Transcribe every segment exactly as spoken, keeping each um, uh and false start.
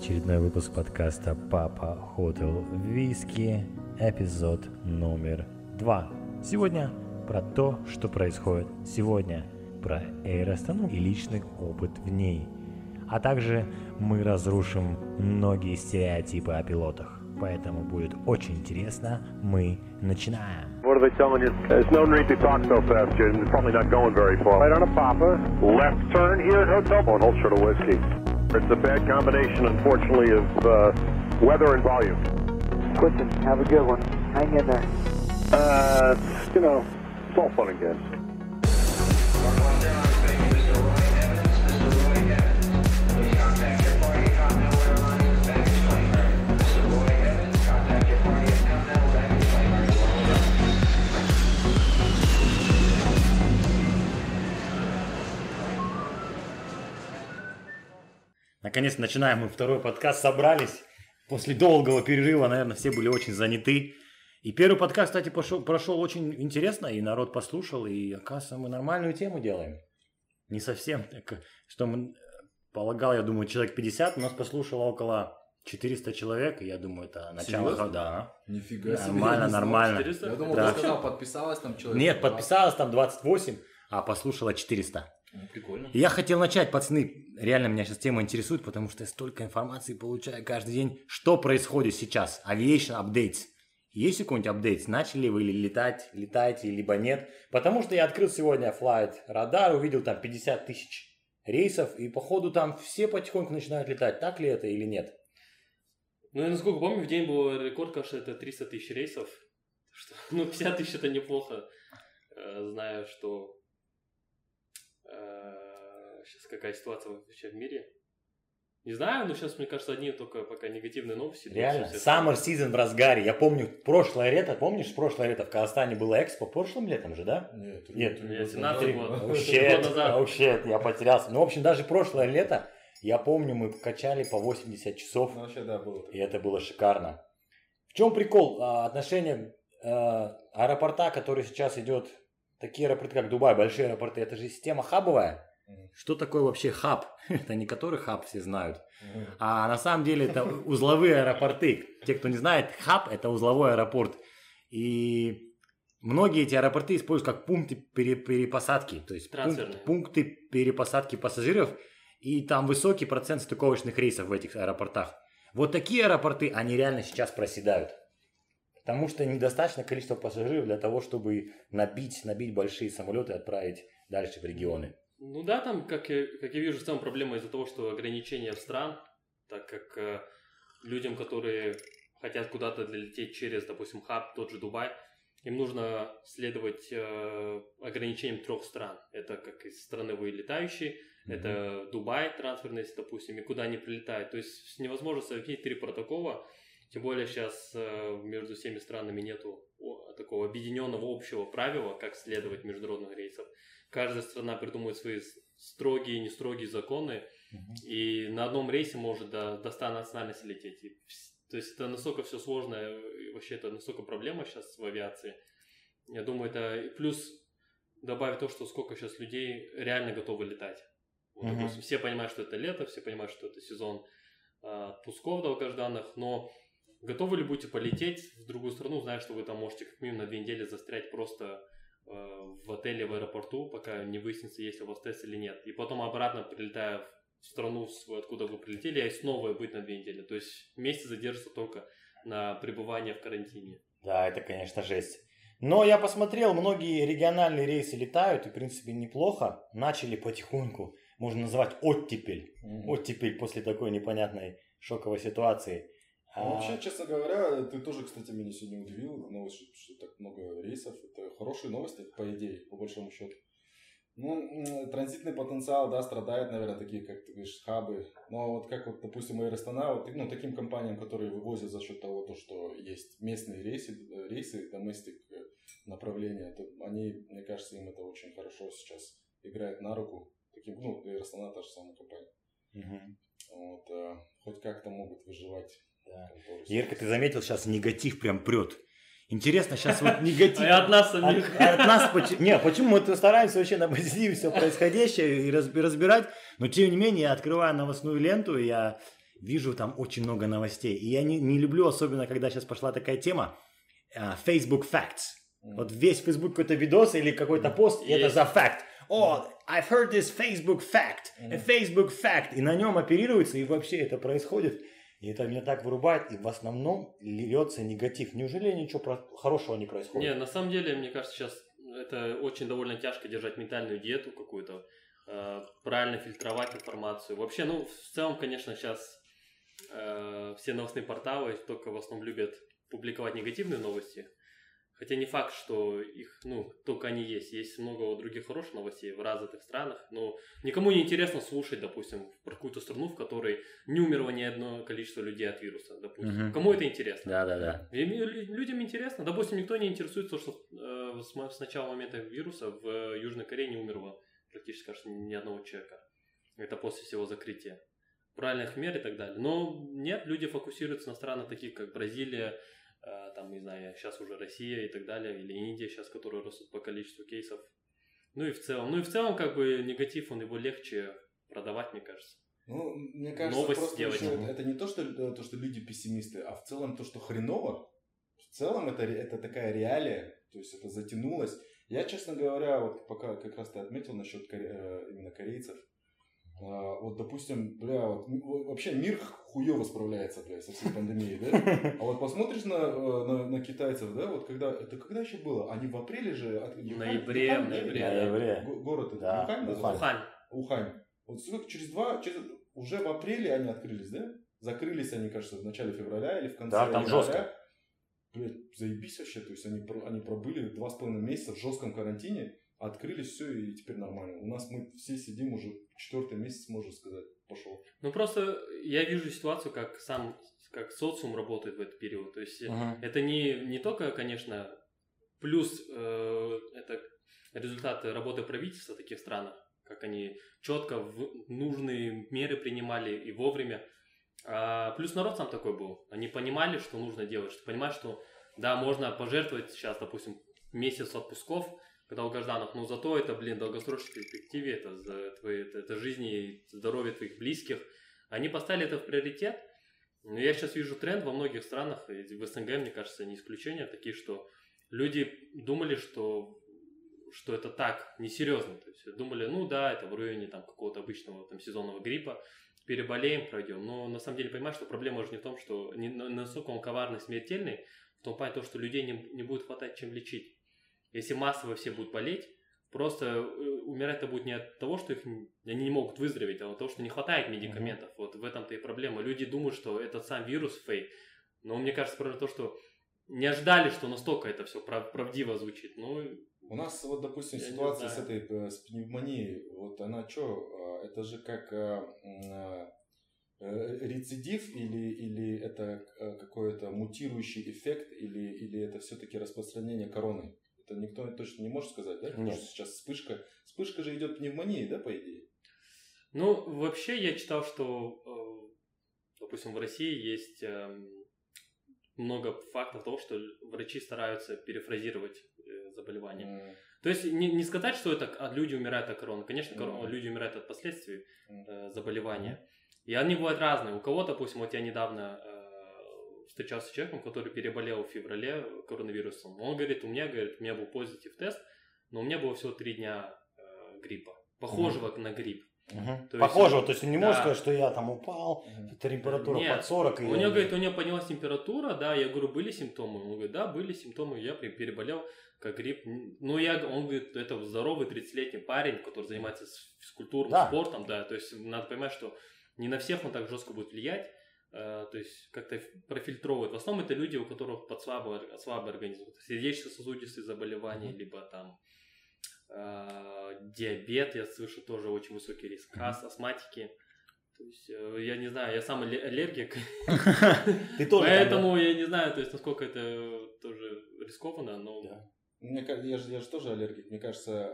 очередной выпуск подкаста «Папа Хотел Виски», эпизод номер два. Сегодня про то, что происходит сегодня, про Air Astana и личный опыт в ней. А также мы разрушим многие стереотипы о пилотах. Поэтому будет очень интересно. Мы начинаем. What are they telling you? There's no need to talk so fast, Jim. You're probably not going very far. Right on a Papa. Left turn here at Hotel. Oh, an whole short of whiskey. It's a bad combination, unfortunately, of uh, weather and volume. Listen, have a good one. Hang in there. Uh, you know, it's all fun and games. Наконец начинаем мы второй подкаст, собрались. После долгого перерыва, наверное, все были очень заняты. И первый подкаст, кстати, пошел, прошел очень интересно, и народ послушал, и, оказывается, мы нормальную тему делаем. Не совсем, так, что мы, полагал, я думаю, человек пятьдесят, у нас послушало около четыреста человек, и я думаю, это начало Серьезно? года. Нифига себе. Нормально, нормально. четыреста? Я думал, Да. ты сказал, подписалось там человек. Нет, подписалось там двадцать восемь, а послушало четыреста. Ну, прикольно. И я хотел начать, пацаны, реально меня сейчас тема интересует, потому что я столько информации получаю каждый день. Что происходит сейчас? Aviation updates. Есть какой-нибудь апдейт? Начали вы летать, летаете, либо нет? Потому что я открыл сегодня Flight Radar, увидел там пятьдесят тысяч рейсов, и походу там все потихоньку начинают летать. Так ли это или нет? Ну, я насколько помню, в день был рекорд, кажется, это триста тысяч рейсов. Что, ну, пятьдесят тысяч это неплохо. Э, знаю, что э, сейчас какая ситуация вообще в мире. Не знаю, но сейчас, мне кажется, одни только пока негативные новости. Реально, summer season в разгаре. Я помню, прошлое лето, помнишь, прошлое лето в Казахстане было экспо, прошлым летом же, да? Нет, Нет, Нет, семнадцатый год. Oh Год shit, назад. oh shit, я потерялся. Ну, в общем, даже прошлое лето, я помню, мы качали по восемьдесят часов, Ну, вообще, да, было. и это было шикарно. В чем прикол? А, отношение а, аэропорта, который сейчас идет, такие аэропорты, как Дубай, большие аэропорты, это же система хабовая. Мгм. Что такое вообще хаб? Это не который хаб все знают, Мгм. а на самом деле это узловые аэропорты. Те, кто не знает, хаб это узловой аэропорт. И многие эти аэропорты используют как пункты пере- перепосадки, то есть Трансферные. пункт- пункты перепосадки пассажиров. И там высокий процент стыковочных рейсов в этих аэропортах. Вот такие аэропорты, они реально сейчас проседают. Потому что недостаточно количество пассажиров для того, чтобы набить, набить большие самолеты и отправить дальше в регионы. Ну да, там, как я, как я вижу, в целом проблема из-за того, что ограничения в стран, так как э, людям, которые хотят куда-то долететь через, допустим, хаб, тот же Дубай, им нужно следовать э, ограничениям трех стран. Это как из страны вылетающие, mm-hmm. это Дубай, трансферный, если, допустим, и куда они прилетают. То есть невозможно совместить три протокола, тем более сейчас э, между всеми странами нету о, такого объединенного общего правила, как следовать международных рейсов. Каждая страна придумывает свои строгие и не строгие законы, mm-hmm. и на одном рейсе может до, до ста национальностей лететь. И, то есть это настолько все сложно, и вообще это настолько проблема сейчас в авиации. Я думаю, это и плюс добавить то, что сколько сейчас людей реально готовы летать. Вот, Mm-hmm. допустим, все понимают, что это лето, все понимают, что это сезон а, отпусков долгожданных, но готовы ли будете полететь в другую страну, зная, что вы там можете как минимум на две недели застрять просто в отеле, в аэропорту, пока не выяснится, есть ли у вас тест или нет. И потом обратно, прилетая в страну, откуда вы прилетели, и снова быть на две недели. То есть вместе задержится только на пребывание в карантине. Да, это, конечно, жесть. Но я посмотрел, многие региональные рейсы летают, и, в принципе, неплохо. Начали потихоньку, можно назвать оттепель. Мгм. Оттепель после такой непонятной шоковой ситуации. Ну, А, вообще, честно говоря, ты тоже, кстати, меня сегодня удивил, новость, что, что так много рейсов. Это хорошие новости, по идее, по большому счету. Ну, м, транзитный потенциал, да, страдает, наверное, такие, как ты говоришь, хабы. Но вот как вот, допустим, Air Astana, вот, ну, таким компаниям, которые вывозят за счет того, то, что есть местные рейсы, э, рейсы, доместик э, направления, то они, мне кажется, им это очень хорошо сейчас играет на руку. Таким, ну, Air Astana та же самая компания. Мгм. Вот, э, хоть как-то могут выживать. Да. конторы. Ирка, ты заметил, сейчас негатив прям прет. Интересно, сейчас вот негатив... А от нас самих. От, от нас поч- Не, почему мы стараемся вообще на позитиве все происходящее и раз- разбирать, но тем не менее я открываю новостную ленту, и я вижу там очень много новостей. И я не, не люблю, особенно когда сейчас пошла такая тема, uh, Facebook Facts. Mm. Вот весь Facebook какой-то видос или какой-то пост, и это за факт. О, I've heard this Facebook fact, a Facebook fact. И на нем оперируется, и вообще это происходит. И это меня так вырубает, и в основном льется негатив. Неужели ничего про- хорошего не происходит? Не, на самом деле, мне кажется, сейчас это очень довольно тяжко держать ментальную диету какую-то, э, правильно фильтровать информацию. Вообще, ну, в целом, конечно, сейчас э, все новостные порталы только в основном любят публиковать негативные новости. Хотя не факт, что их, ну, только они есть. Есть много других хороших новостей в развитых странах, но никому не интересно слушать, допустим, про какую-то страну, в которой не умерло ни одно количество людей от вируса, допустим. Uh-huh. Кому это интересно? Да-да-да. И людям интересно. Допустим, никто не интересуется, что э, с, с начала момента вируса в э, Южной Корее не умерло практически, кажется, ни одного человека. Это после всего закрытия. Правильных мер и так далее. Но нет, люди фокусируются на странах таких, как Бразилия, там, не знаю, сейчас уже Россия и так далее, или Индия сейчас, которые растут по количеству кейсов. Ну и в целом, ну и в целом, как бы, негатив, он его легче продавать, мне кажется. Ну, мне кажется, новость просто делать. Еще это, это не то что, то, что люди пессимисты, а в целом то, что хреново. В целом это, это такая реалия, то есть это затянулось. Я, честно говоря, вот пока как раз ты отметил насчет коре, именно корейцев, А, вот, допустим, бля, вот, вообще мир хуёво справляется, бля, со всей пандемией, да? А вот посмотришь на, на, на китайцев, да, вот когда, это когда еще было? Они в апреле же... От, в ноябре, в ноябре, ноябре. Город это да. Ухань? Ухань. Ухань. Ухань. Вот сколько, через два, через, уже в апреле они открылись, да? Закрылись они, кажется, в начале февраля или в конце да, там января. жестко. Блядь, заебись вообще, то есть они, они пробыли два с половиной месяца в жестком карантине, открылись, все, и теперь нормально. У нас мы все сидим уже четвертый месяц, можно сказать, пошел. Ну просто я вижу ситуацию, как сам, как социум работает в этот период. То есть uh-huh. это не, не только, конечно, плюс э, это результаты работы правительства в таких странах, как они четко в нужные меры принимали и вовремя. А плюс народ сам такой был. Они понимали, что нужно делать, что понимают, что да, можно пожертвовать сейчас, допустим, месяц отпусков, когда у гражданов, но зато это, блин, в долгосрочной перспективе, это, за твои, это, это жизни и здоровье твоих близких. Они поставили это в приоритет. Но я сейчас вижу тренд во многих странах, и в СНГ, мне кажется, не исключение, такие, что люди думали, что, что это так, несерьезно. То есть думали, ну да, это в районе там, какого-то обычного там, сезонного гриппа, переболеем, пройдем. Но на самом деле понимаешь, что проблема уже не в том, что не, насколько он коварный, смертельный, в том плане, что людей не, не будет хватать чем лечить. Если массово все будут болеть, просто умирать-то будет не от того, что их, они не могут выздороветь, а от того, что не хватает медикаментов. Mm-hmm. Вот в этом-то и проблема. Люди думают, что этот сам вирус фейк. Но мне кажется, про то, что не ожидали, что настолько это все прав- правдиво звучит. Ну, у нас, вот, допустим, ситуация с этой с пневмонией, вот она что, это же как рецидив или, или это какой-то мутирующий эффект, или, или это все-таки распространение короны? Это никто точно не может сказать, да? Потому что сейчас вспышка. Вспышка же идет пневмонии, да, по идее? Ну, вообще я читал, что, допустим, в России есть много фактов того, что врачи стараются перефразировать заболевания. Mm. То есть не, не сказать, что это люди умирают от короны. Конечно, mm. люди умирают от последствий mm. заболевания. Mm. И они бывают разные. У кого-то, допустим, вот я недавно встречался с человеком, который переболел в феврале коронавирусом. Он говорит, у меня, говорит, у меня был позитив тест, но у меня было всего три дня э, гриппа, похожего mm-hmm. на грипп. Mm-hmm. То похожего, есть, то есть он не да. может сказать, что я там упал, mm-hmm. температура Нет, под сорок. У него, говорит, у него поднялась температура, да, я говорю, были симптомы? Он говорит, да, были симптомы, я переболел как грипп. Ну, я, он говорит, это здоровый тридцатилетний парень, который занимается физкультурным да. спортом, да, то есть надо понимать, что не на всех он так жестко будет влиять. Uh, то есть как-то профильтровывают. В основном это люди, у которых подслабый, слабый организм. Сердечно-сосудистые заболевания, mm-hmm. либо там uh, диабет, я слышу, тоже очень высокий риск. Mm-hmm. Астматики. То есть, uh, я не знаю, я сам аллергик. Ты тоже. Поэтому я не знаю, то есть, насколько это тоже рискованно, но... Я же тоже аллергик. Мне кажется,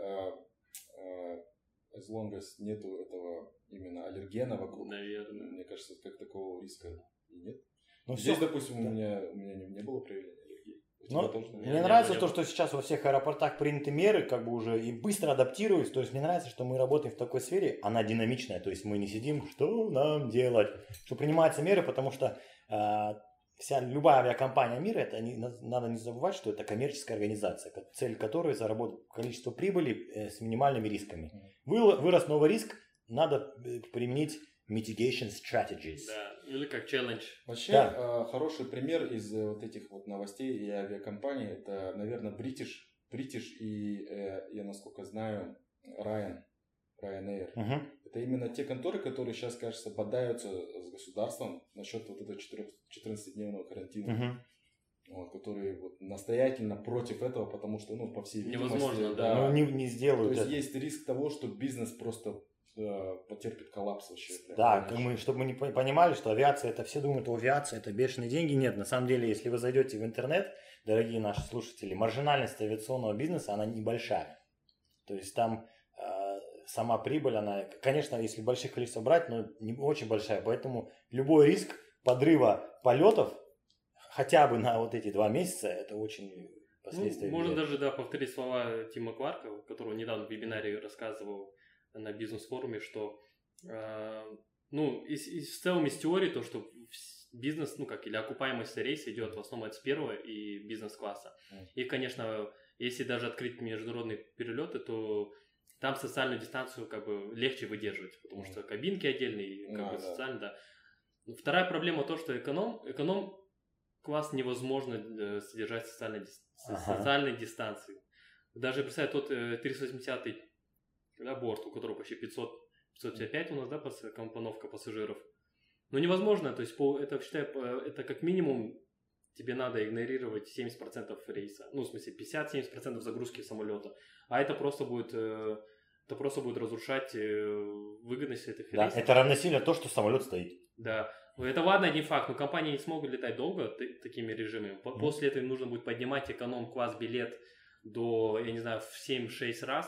as long as нету этого именно аллергена вокруг, наверное. Мне кажется, как такого риска и нет. Ну, Здесь, все, допустим, да. у меня, у меня не, не было проявления аллергии. Ну, мне нравится то, что сейчас во всех аэропортах приняты меры, как бы уже и быстро адаптируются. То есть мне нравится, что мы работаем в такой сфере, она динамичная. То есть мы не сидим, что нам делать, что принимаются меры, потому что э, вся любая авиакомпания мира, это не, надо не забывать, что это коммерческая организация, цель которой заработать количество прибыли э, с минимальными рисками. Вы, вырос новый риск, надо применить mitigation strategies. Да, или как challenge. Вообще, Да. э, хороший пример из э, вот этих вот новостей и авиакомпаний, это, наверное, British, British и, э, я насколько знаю, Ryan, Ryanair. Угу. Это именно те конторы, которые сейчас, кажется, бодаются с государством насчет вот этого четырнадцатидневного карантина. Угу. Вот, которые вот настоятельно против этого, потому что, ну, по всей видимости... Невозможно, да. Ну, не, не То сделают есть это. есть риск того, что бизнес просто э, потерпит коллапс вообще. Прям, Да, конечно. мы, чтобы мы не по- понимали, что авиация, это все думают, о, авиация это бешеные деньги. Нет, на самом деле, если вы зайдете в интернет, дорогие наши слушатели, маржинальность авиационного бизнеса, она небольшая. То есть там э, сама прибыль, она, конечно, если больших количеств брать, но не очень большая. Поэтому любой риск подрыва полетов, хотя бы на вот эти два месяца, это очень последствия. Ну, можно влияет. даже, да, повторить слова Тима Кварка, которого недавно в вебинаре рассказывал на бизнес-форуме, что э, ну, из, из, в целом из теории то, что бизнес, ну как, или окупаемость рейса идет в основном от с первого и бизнес-класса. Mm. И, конечно, если даже открыть международные перелеты, то там социальную дистанцию как бы легче выдерживать, потому Mm. что кабинки отдельные, как Mm, бы да. социально, да. Вторая проблема то, что эконом, эконом класс невозможно э, содержать социальной, дис- Ага. социальной дистанции. Даже, представь, тот э, триста восьмидесятый да, борт, у которого почти пятьсот, пятьсот пятьдесят пять у нас, да, пас- компоновка пассажиров. Но невозможно, то есть по, это, считай, по- это как минимум тебе надо игнорировать семьдесят процентов рейса. Ну, в смысле, пятьдесят-семьдесят процентов загрузки самолета. А это просто будет, э, это просто будет разрушать э, выгодность этих Да, рейсов. это равносильно то, что самолет стоит. Да, ну это ладно, один факт, но компании не смогут летать долго т- такими режимами. По- Мгм. После этого им нужно будет поднимать эконом-класс билет до, я не знаю, в семь-шесть раз.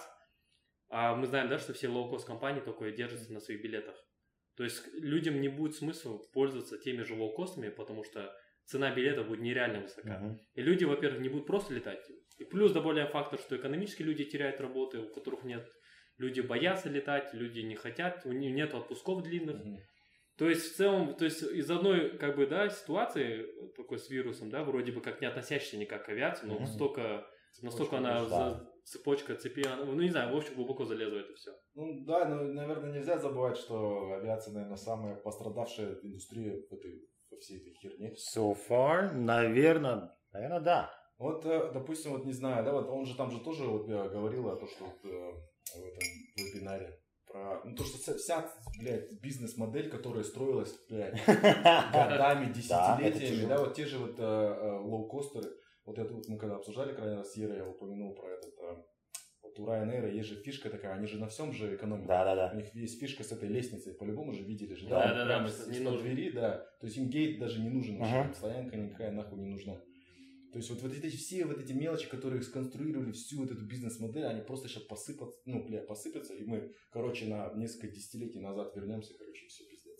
А мы знаем, да, что все лоу-кост компании только держатся на своих билетах. То есть людям не будет смысла пользоваться теми же лоу-костами, потому что цена билета будет нереально высока. Мгм. И люди, во-первых, не будут просто летать. И плюс добавляем фактор, что экономически люди теряют работы, у которых нет. Люди боятся летать, люди не хотят, у них нет отпусков длинных. Мгм. То есть в целом, то есть из одной как бы да ситуации такой с вирусом, да, вроде бы как не относящейся никак к авиации, но Мгм. настолько, настолько она да. за- цепочка цепи, она, ну не знаю, в общем глубоко залезла в это все. Ну да, но, наверное, нельзя забывать, что авиация, наверное, самая пострадавшая индустрия в этой, во всей этой херне. So far, наверное, наверное, да. Вот, э, допустим, вот не знаю, да, вот он же там же тоже вот, э, говорил о том, что вот, э, в этом вебинаре про, ну то, что вся- вся, блядь, бизнес-модель, которая строилась, блядь, годами, десятилетиями, тяжело. да, вот те же вот э, э, лоукостеры, вот это вот мы когда обсуждали крайний раз с Ерой, я упомянул про этот, э, вот у Ryanair есть же фишка такая, они же на всем же экономят. Да, да, У да. них есть фишка с этой лестницей, по-любому же видели же, Да, да, да, да, прямо что из- не из-под нужно. двери, да, то есть им гейт даже не нужен, вообще, Ага. им стоянка никакая нахуй не нужна. То есть вот, вот эти все вот эти мелочи, которые сконструировали всю вот эту бизнес-модель, они просто сейчас посыпятся, ну, бля, посыпятся, и мы, короче, на несколько десятилетий назад вернемся, короче, и все пиздец.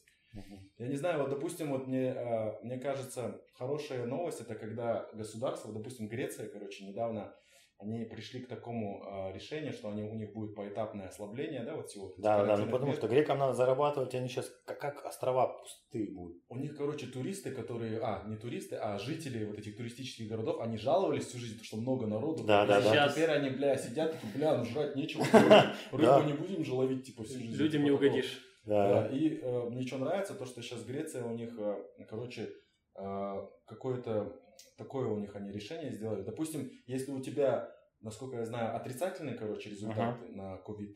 Я не знаю, вот, допустим, вот мне, а, мне кажется, хорошая новость, это когда государство, вот, допустим, Греция, короче, недавно они пришли к такому а, решению, что они, у них будет поэтапное ослабление, да, вот всего. вот этих Да, да, ну карантинных потому мер. что грекам надо зарабатывать, они сейчас как, как острова пустые будут. У них, короче, туристы, которые, а, не туристы, а жители вот этих туристических городов, они жаловались всю жизнь, что много народу. Да, да, И да. Сейчас- Теперь они, бля, сидят, такие, бля, ну жрать нечего, короче, рыбу Да. не будем же ловить, типа, всю жизнь. Людям типа не такого. угодишь. Да, Да, и э, мне что нравится, то, что сейчас Греция у них, э, короче, э, какое-то такое у них они решение сделали. Допустим, если у тебя, насколько я знаю, отрицательный, короче, результаты на ковид,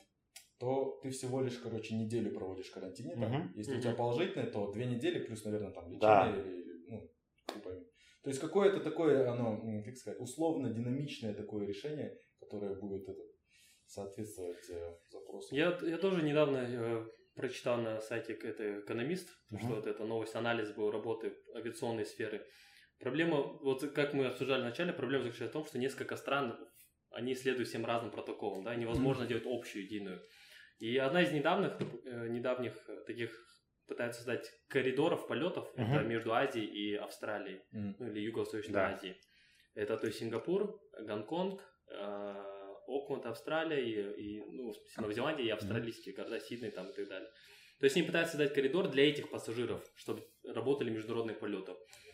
то ты всего лишь, короче, неделю проводишь в карантине. Там. Мгм. Если у Мгм. тебя положительный, то две недели плюс, наверное, там лечение Да. или, ну, хуй пойми. То есть какое-то такое, оно, м, как сказать, условно-динамичное такое решение, которое будет это, соответствовать э, запросу. Я, я тоже недавно э, прочитал на сайте к- это «Экономист», Мгм. что вот эта новость, анализ был работы авиационной сферы. Проблема, вот как мы обсуждали вначале, проблема заключается в том, что несколько стран, они следуют всем разным протоколам, да, невозможно делать общую, единую. И одна из недавних, э, недавних э, таких пытается создать коридоров полетов, это Мгм. между Азией и Австралией, М. ну или Юго-Восточной Да. Азией. Это то есть Сингапур, Гонконг, Окленд, Австралия и, и ну, Новая Зеландия и австралийские города, Сидней там и так далее. То есть они пытаются дать коридор для этих пассажиров, чтобы работали международные полеты.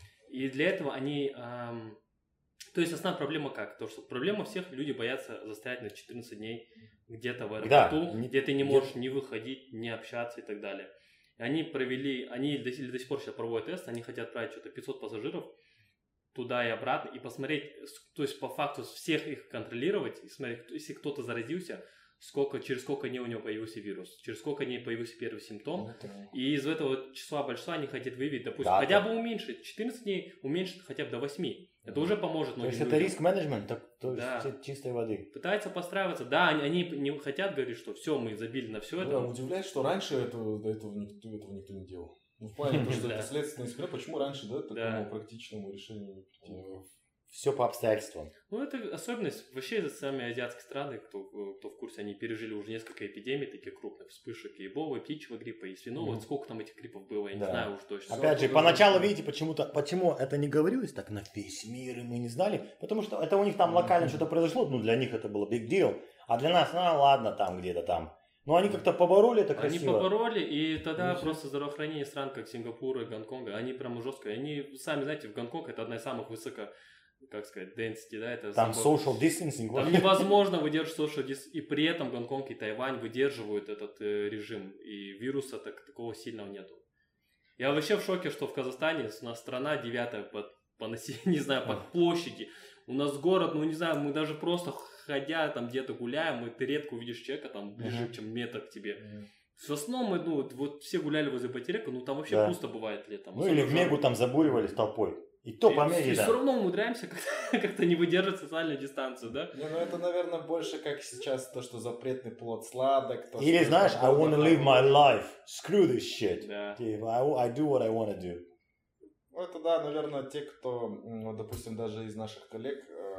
И для этого они... Эм, то есть основная проблема как? То, что проблема всех, люди боятся застрять на четырнадцать дней где-то в аэропорту, да, где ты не можешь ни выходить, ни общаться и так далее. И они провели, они до, до сих пор сейчас проводят тест, они хотят отправить что-то пятьсот пассажиров туда и обратно, и посмотреть, то есть по факту всех их контролировать, и смотреть, если кто-то заразился, сколько, через сколько дней у него появился вирус, через сколько дней появился первый симптом, это... и из этого числа большинства они хотят выявить, допустим, да, хотя да. бы уменьшить, четырнадцать дней уменьшить хотя бы до восьми, это уже поможет. То есть это риск-менеджмент, то да. есть чистой воды. Пытаются подстраиваться, да, они, они не хотят говорить, что все, мы забили на все да, это. Удивляет, что раньше этого, до этого никто, этого никто не делал. Ну, в плане, что это следственный эксперимент, почему раньше, да, такому практичному решению не прийти? Все по обстоятельствам. Ну, это особенность. Вообще, сами азиатские страны, кто, кто в курсе, они пережили уже несколько эпидемий, таких крупных вспышек, и эболы, и птичьего гриппа, и свиного. Mm-hmm. Сколько там этих гриппов было, я да. не знаю уж точно. Опять же, поначалу, видите, почему-то, почему это не говорилось так на весь мир, и мы не знали, потому что это у них там локально mm-hmm. что-то произошло, ну, для них это было big deal, а для нас, ну, ладно, там где-то там. Но они как-то побороли это красиво. Они побороли, и тогда ну, просто здравоохранение стран, как Сингапура и Гонконга, они прямо жестко. Они, сами знаете, в Гонконг это одна из самых высоко, как сказать, density, да, это... Там самбо... social distancing. Там невозможно выдерживать social distancing, и при этом Гонконг и Тайвань выдерживают этот э, режим, и вируса так, такого сильного нету. Я вообще в шоке, что в Казахстане у нас страна девятая по, по населению, не знаю, по площади. У нас город, ну не знаю, мы даже просто ходя там где-то гуляем, и ты редко увидишь человека там ближе, uh-huh. чем метр к тебе. Uh-huh. В основном мы, ну, вот все гуляли возле Байтерека, ну там вообще да. пусто бывает летом. Ну или в Мегу там забуривались толпой. И то по мере, и, да. И все равно умудряемся как-то, как-то не выдерживать социальную дистанцию, да? Не, ну это, наверное, больше как сейчас то, что запретный плод сладок. То, или знаешь, I want to live my life. Screw this shit. Да. I, I do what I want to do. Ну это да, наверное, те, кто, вот, допустим, даже из наших коллег,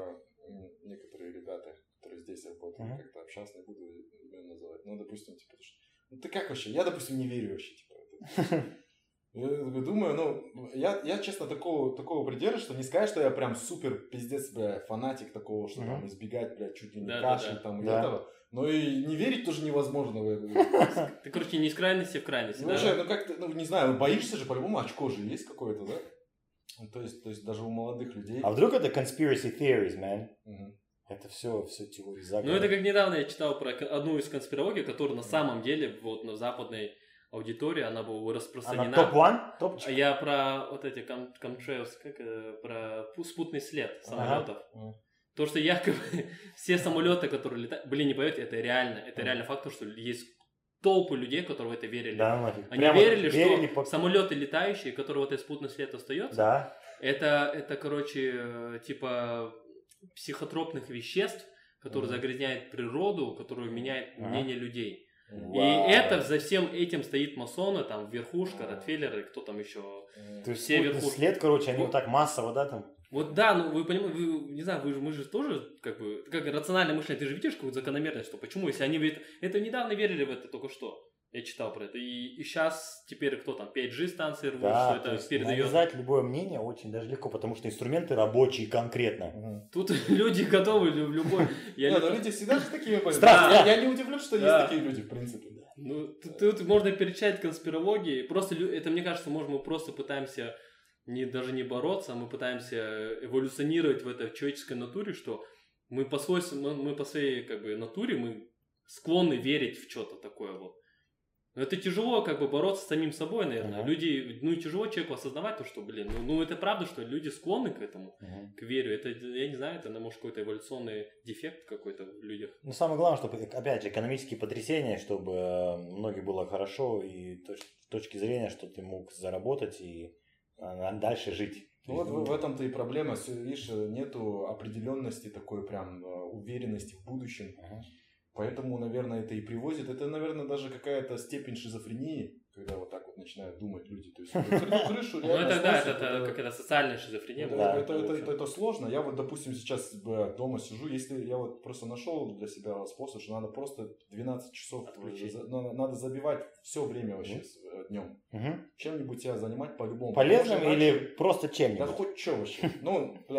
некоторые ребята, которые здесь работают, uh-huh. как-то общался, не буду именно называть. Ну, допустим, типа, ну ты как вообще? Я, допустим, не верю вообще, типа, это. Я думаю, ну, я, я честно такого, такого придерживаюсь, что не сказать, что я прям супер пиздец, бля, фанатик такого, что uh-huh. там избегать, бля, чуть ли не да, кашель да, да. там и да. этого. Но и не верить тоже невозможно в это. Ты, короче, не из крайности в крайности, ну, да? Уже, ну, как-то, ну, не знаю, боишься же, по-любому очко же есть какое-то, да? То есть, то есть даже у молодых людей. А вдруг это conspiracy theories, man? Uh-huh. Это все, все теории заговора. Ну, это как недавно я читал про одну из конспирологий, которая на самом деле вот на западной аудитории, она была распространена. Она топ-один? Топчик? Я про вот эти chemtrails, как про спутный след самолетов. Ага. То, что якобы все самолеты, которые летают, блин, не поверьте, это реально, это ага. реально факт, что есть толпы людей, которые в это верили. Да, они верили, верили что по... самолеты летающие, которые вот этот спутный след остается, да. это, это, короче, типа психотропных веществ, которые ага. загрязняют природу, которые меняют ага. мнение людей. Wow. И это за всем этим стоит масоны, там верхушка, Ротфеллеры, кто там еще. То есть все верхушки. След, короче, они вот, вот так массово, да, там. Вот да, ну вы понимаете, вы, не знаю, вы, мы же тоже как бы, как рациональное мышление, ты же видишь какую-то закономерность, что почему, если они это, это недавно верили в это только что. Я читал про это. И, и сейчас теперь кто там, пять джи станции рвут, да, что это передает. Навязать любое мнение очень даже легко, потому что инструменты рабочие конкретно. Угу. Тут люди готовы в любой... Да, но люди всегда же такие... Я не удивлен, что есть такие люди, в принципе. Ну, тут можно перечислять конспирологии. Просто это, мне кажется, может, мы просто пытаемся не, даже не бороться, а мы пытаемся эволюционировать в этой человеческой натуре, что мы по своей, мы по своей как бы, натуре мы склонны верить в что-то такое вот. Но это тяжело как бы бороться с самим собой, наверное. Uh-huh. Люди, ну тяжело человеку осознавать то, что, блин, ну, ну это правда, что люди склонны к этому, uh-huh. к вере. Это, я не знаю, это, может, какой-то эволюционный дефект какой-то в людях. Ну, самое главное, чтобы, опять же, экономические потрясения, чтобы многим было хорошо, и с точки зрения, что ты мог заработать и дальше жить. Ну вот в, в этом-то и проблема. Видишь, нету определенности такой прям уверенности в будущем. Uh-huh. Поэтому, наверное, это и привозит. Это, наверное, даже какая-то степень шизофрении, когда вот так вот начинают думать люди. То есть крышу реально. Ну это да, это какая-то социальная шизофрения. Это сложно. Я вот, допустим, сейчас дома сижу, если я вот просто нашел для себя способ, что надо просто двенадцать часов, надо забивать все время вообще днем. Чем-нибудь себя занимать по-любому. Полезным или просто чем-нибудь? Да хоть что вообще. Ну, бля.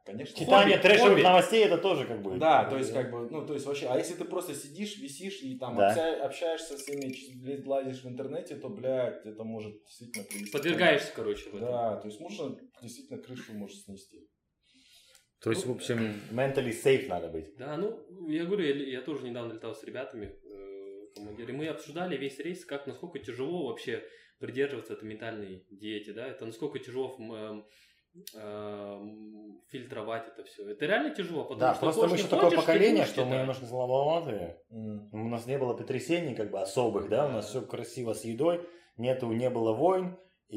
конечно. Читание хобби, трэшевых хобби. новостей это тоже как бы... Да, то есть как бы, ну то есть вообще, а если ты просто сидишь, висишь и там Да. обща- общаешься с ними, ч- лазишь в интернете, то, блядь, это может действительно привести. Подвергаешься, короче, в этом. Да, то есть можно действительно крышу может снести. То есть, в общем, mentally safe надо быть. Да, ну, я говорю, я, я тоже недавно летал с ребятами э, в командире. Мы обсуждали весь рейс, как, насколько тяжело вообще придерживаться этой ментальной диете, да, это насколько тяжело э, э, фильтровать это все. Это реально тяжело, потому Да, что просто хочешь, мы не еще такое хочешь, ты поколение, будешь что мы читать. немножко слабоватые. М. У нас не было потрясений как бы особых, да, у нас все красиво с едой, нету, не было войн,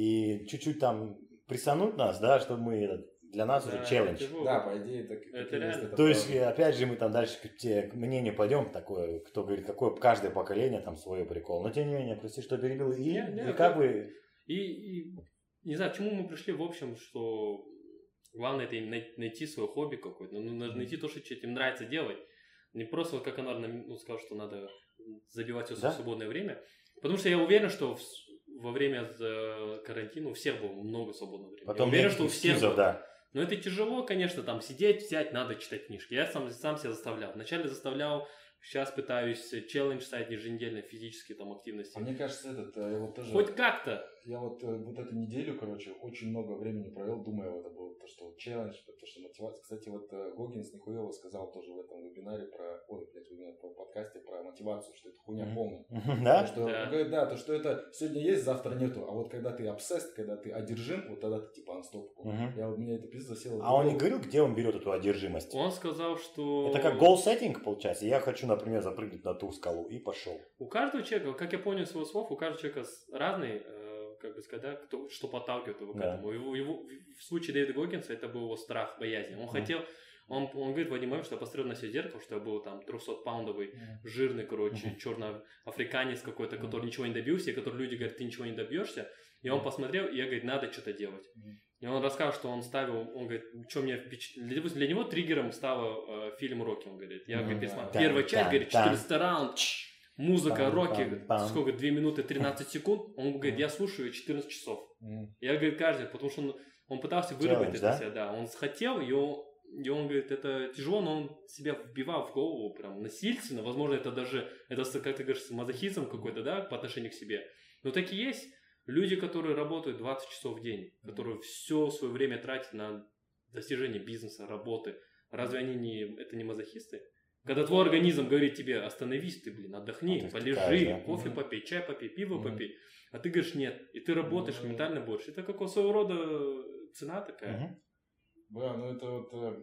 и чуть-чуть там прессануть нас, да, чтобы мы, этот, для нас Да, уже челлендж. тяжело. Да, по идее, так, Это так и реально. есть, это То есть, правда. э, опять же, мы там дальше к, те- к мнению пойдем, такое, кто говорит, какое каждое поколение там свой прикол. Но тем не менее, прости, что перебил. И, Не, не, и как да. бы, И, и не знаю, к чему мы пришли в общем, что главное это им най- найти свое хобби какое-то, ну, надо найти то, что тебе нравится делать. Не просто, вот как Анар нам, ну, сказал, что надо забивать все Да. в свободное время. Потому что я уверен, что в с- во время э, карантина у всех было много свободного времени. потом я уверен, нет что у всех эксклюзов, было. да. Но это тяжело, конечно, там сидеть, взять, надо читать книжки. Я сам, сам себя заставлял. Вначале заставлял, сейчас пытаюсь челлендж ставить еженедельно физические там активности. А мне кажется, этот, э, я вот тоже... Хоть как-то. Я вот, э, вот эту неделю, короче, очень много времени провел, думая, вот это было то, что вот челлендж, то, что мотивация. Кстати, вот э, Гогинс Нихуева сказал тоже в этом вебинаре про, ой, блядь, вебинаре, про подкасте про мотивацию, что это хуйня Мгм. полная. Да? То, что, Да. он говорит, да, то, что это сегодня есть, завтра нету. А вот когда ты обсест, когда ты одержим, вот тогда ты типа unstoppable. Мгм. Я, у меня это пиздец засело. А он не говорил, где он берет эту одержимость? Он сказал, что... Это как goal-setting получается. Я хочу, например, запрыгнуть на ту скалу и пошел. У каждого человека, как я понял из его слов, у каждого человека с- разный, э, как бы сказать, да, кто, что подталкивает его к Да. этому. Его, его- в случае Дэвида Гокинса это был его страх, боязнь. Он хотел, он, он говорит в один момент, что я посмотрел на себя в зеркало, что я был там трехсотпаундовый, жирный, короче, Мгм. черноафриканец какой-то, который ничего не добился, и который люди говорят, ты ничего не добьешься. И он посмотрел, и я, говорит, надо что-то делать. Мгм. И он рассказал, что он ставил, он говорит, что мне впечатлило. Для, для него триггером стал э, фильм «Рокки», он говорит. Я, Мгм. говорит, пересмотрел. Да. Первая Да, часть, говорит, да. четырнадцатый раунд, музыка Пам, «Рокки», пам, пам. сколько, две минуты тринадцать секунд. Он говорит, я слушаю четырнадцать часов. М. Я, говорит, каждый, потому что он, он пытался выработать Челлендж, это да? себя, да. Он хотел, и он, и он говорит, это тяжело, но он себя вбивал в голову прям насильственно. Возможно, это даже, это, как ты говоришь, мазохизм какой-то, да, по отношению к себе. Но так и есть люди, которые работают двадцать часов в день, которые все свое время тратят на достижение бизнеса, работы. Разве они не, это не мазохисты? Когда твой организм говорит тебе, остановись ты, блин, отдохни, А ты полежи, втыкаешь, да? кофе Мгм. попей, чай попей, пиво Мгм. попей. А ты говоришь нет. И ты работаешь, Ну, ментально будешь. Это как своего рода цена такая. Мгм. Бля, ну это вот... э,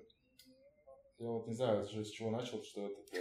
Я вот не знаю, уже с чего начал, что это...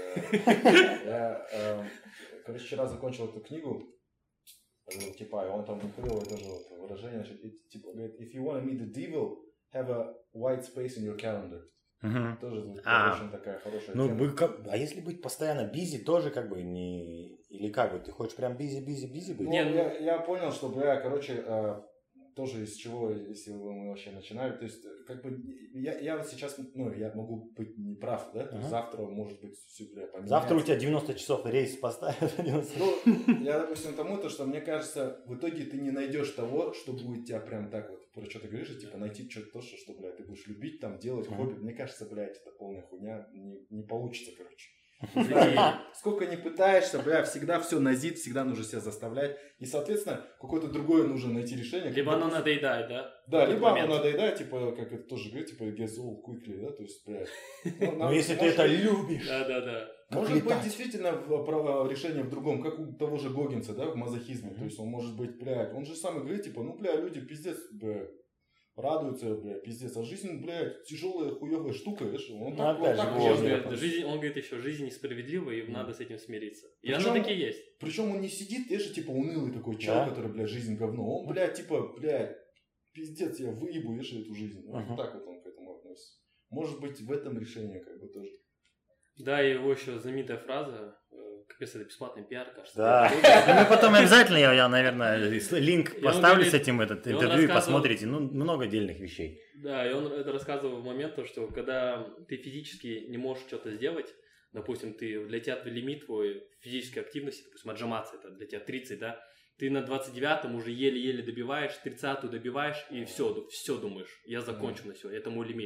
Я, э, короче, вчера закончил эту книгу, э, типа, и он там выходил тоже вот выражение, значит, и, типа, говорит, if you want to meet the devil, have a white space in your calendar. Мгм. Тоже вот, А. очень такая хорошая Ну, тема. вы как, а если быть постоянно бизи, тоже как бы не... Или как бы, ты хочешь прям бизи-бизи-бизи быть? Ну, Не, ну- я, я понял, что, бля, короче, э, тоже из чего, если мы вообще начинали, то есть, э, как бы, я, я вот сейчас, ну, я могу быть неправ, да, то есть Ага. завтра, может быть, все, бля, поменяется. Завтра у тебя девяносто часов рейс поставят. девяносто. Ну, я, допустим, тому, то, что мне кажется, в итоге ты не найдешь того, что будет тебя прям так вот, про что ты говоришь, типа, найти что-то то, что, что, блядь, ты будешь любить, там, делать, Мгм. хобби. Мне кажется, блядь, это полная хуйня, не, не получится, короче. Не знаю, сколько не пытаешься, бля, всегда все назид, всегда нужно себя заставлять. И, соответственно, какое-то другое нужно найти решение. Либо Как оно бы- надоедает, да? Да, в этот либо момент. оно надоедает, типа, как это тоже говорит, типа, gets old quickly, да, то есть, блядь. Ну, Но нам- если ты может это быть- любишь, Да, да, да. как Может быть, летать. действительно в- про- решение в другом, как у того же Гогинса, да, в мазохизме. Мгм. То есть он может быть, блядь, он же сам и говорит, типа, ну, бля, люди пиздец, бля, радуются, бля, пиздец. А жизнь, блядь, тяжелая, хуевая штука, видишь? Он Ну, так, опять он же, так вот, Он жизнь я говорит, относится. жизнь, он говорит еще, жизнь несправедлива, и Мгм. надо с этим смириться. И Причем- оно таки есть. Причем он не сидит, видишь, типа, унылый такой чел, Да. который, блядь, жизнь говно. Он, блядь, типа, блядь, пиздец, я выебу, видишь, эту жизнь. Вот Мгм. так вот он к этому относится. Может быть, в этом решение, как бы, тоже. Да, и его еще знаменитая фраза, э, капец, это бесплатный пиар, кажется. Да. Да. Ну, мы потом обязательно, я, я, наверное, линк И он поставлю говорит- с этим этот и он интервью и рассказывал- посмотрите. Ну, много отдельных вещей. Да, и он это рассказывал в момент, то, что когда ты физически не можешь что-то сделать, допустим, ты, для тебя лимит твой физической активности, допустим, отжиматься, это для тебя тридцать, да, ты на двадцать девятом уже еле-еле добиваешь, тридцатую добиваешь, и все, все думаешь, я закончу на все, это мой лимит.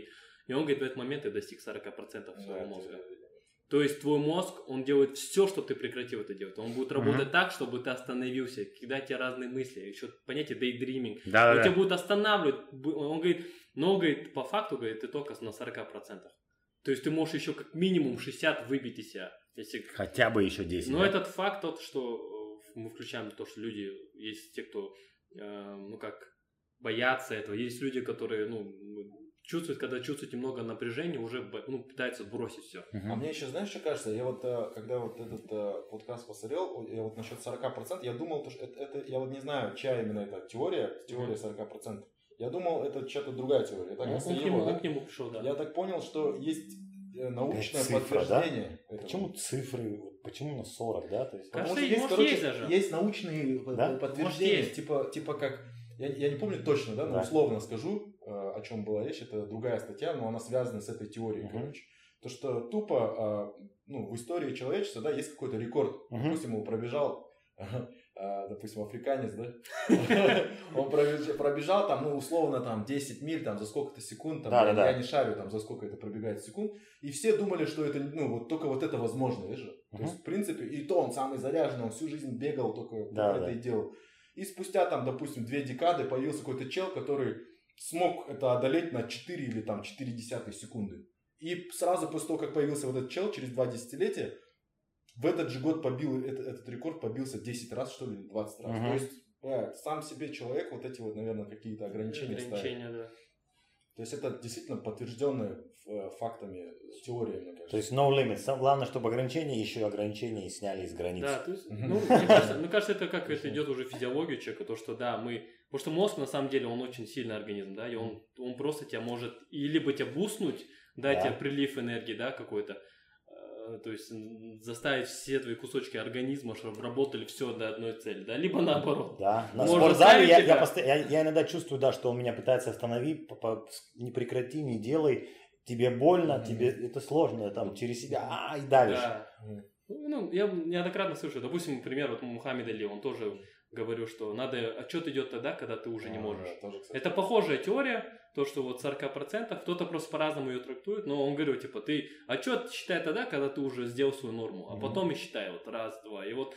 И он говорит, в этот момент ты достиг сорок процентов своего Да, мозга. это- То есть твой мозг, он делает все, чтобы ты прекратил это делать. Он будет работать Мгм. так, чтобы ты остановился, кидать тебе разные мысли. Еще понятие daydreaming. Да, Он да, тебя да. будет останавливать. Бу- Он говорит, но говорит, по факту, говорит, ты только на сорок процентов. То есть ты можешь еще как минимум шестьдесят выбить из себя. Если... Хотя бы еще десять. Но да? этот факт тот, что э, мы включаем то, что люди, есть те, кто, э, ну как, боятся этого. Есть люди, которые, ну, чувствуют, когда чувствуют немного напряжения, уже бо- ну, пытаются бросить все. Мгм. А мне еще, знаешь, что кажется? Я вот, э, когда вот этот э, подкаст посмотрел, я вот насчет сорок процентов, я думал, то, что это, это- я вот не знаю, чья именно эта теория, теория сорок процентов. Я думал, это что-то другая теория. Это Он, оказывается, он к его, нему, да? он к нему пришел, да. Я так понял, что есть э, научное Опять цифра, да? подтверждение этого. Почему цифры, вот почему на сорок, да? То есть, Кажется, Потому что есть, может, короче, есть даже. есть научные Да? подтверждения, Может, есть. типа, типа как, я, я не помню точно, да, но Да. условно скажу, э, о чем была речь, это другая статья, но она связана с этой теорией, Мгм. короче. То, что тупо, э, ну, в истории человечества, да, есть какой-то рекорд. Мгм. Допустим, его пробежал, э, допустим, африканец, да, он пробеж- пробежал там, ну, условно, там, десять миль, там, за сколько-то секунд, там, Да, я, да, да. я не шарю, там, за сколько это пробегает секунд, и все думали, что это, ну, вот только вот это возможно, видишь? То Мгм. есть, в принципе, и то он самый заряженный, он всю жизнь бегал, только, Да, только да. это и делал. И спустя, там, допустим, две декады появился какой-то чел, который смог это одолеть на четыре или там четыре десятых секунды. И сразу после того, как появился вот этот чел, через два десятилетия, в этот же год побил, этот, этот рекорд побился десять раз, что ли, или двадцать раз. Мгм. То есть, да, сам себе человек вот эти вот, наверное, какие-то ограничения ставит. Ограничения, да. То есть, это действительно подтвержденная э, фактами теория, мне кажется. То есть no limits. Самое главное, чтобы ограничения, еще и ограничения сняли из границ. Да, то есть, Мгм. ну, мне кажется, мне кажется, это как это идет уже физиология человека, то, что да, мы, потому что мозг на самом деле, он очень сильный организм, да, и он, он просто тебя может, и либо тебя буснуть, дать Да. тебе прилив энергии, да, какой-то, э, то есть м, заставить все твои кусочки организма, чтобы работали все до одной цели, да, либо наоборот. Да, на Можно спортзале я, ставить я, тебя. постоя- я, я иногда чувствую, да, что он меня пытается остановить, по- по- не прекрати, не делай, тебе больно, Мгм. тебе это сложно, там, через себя, а, и давишь. Да. Мгм. Ну, я неоднократно слышу, допустим, например, вот Мухаммед Али, он тоже говорил, что надо, отчет идет тогда, когда ты уже не А, можешь. да, тоже, кстати. Это похожая теория, то, что вот сорок процентов, кто-то просто по-разному ее трактует, но он говорил, типа, ты отчет считай тогда, когда ты уже сделал свою норму, а Мгм. потом и считай, вот раз, два, и вот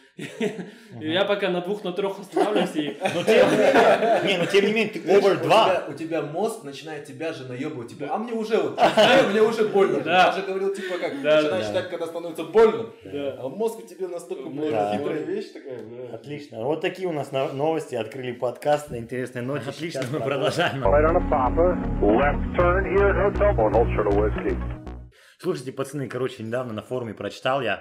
я пока на двух, на трех останавливаюсь, и Но тем не менее, не, но тем не менее, ты Знаешь, over у два. тебя, у тебя мозг начинает тебя же наебывать, типа, а мне уже вот, знаю, мне уже больно. Да. Я же говорил, типа, как, Да, начинаешь да. считать, когда становится больно, Да. а мозг у тебя настолько, блядь, Да. хитрая вещь такая, бля. Отлично. Вот такие у нас но- новости. Открыли подкаст на интересной ноте. Отлично, мы продолжаем. Right on a Papa, left turn here at Hotel One, hold short of whiskey. Слушайте, пацаны, короче, недавно на форуме прочитал я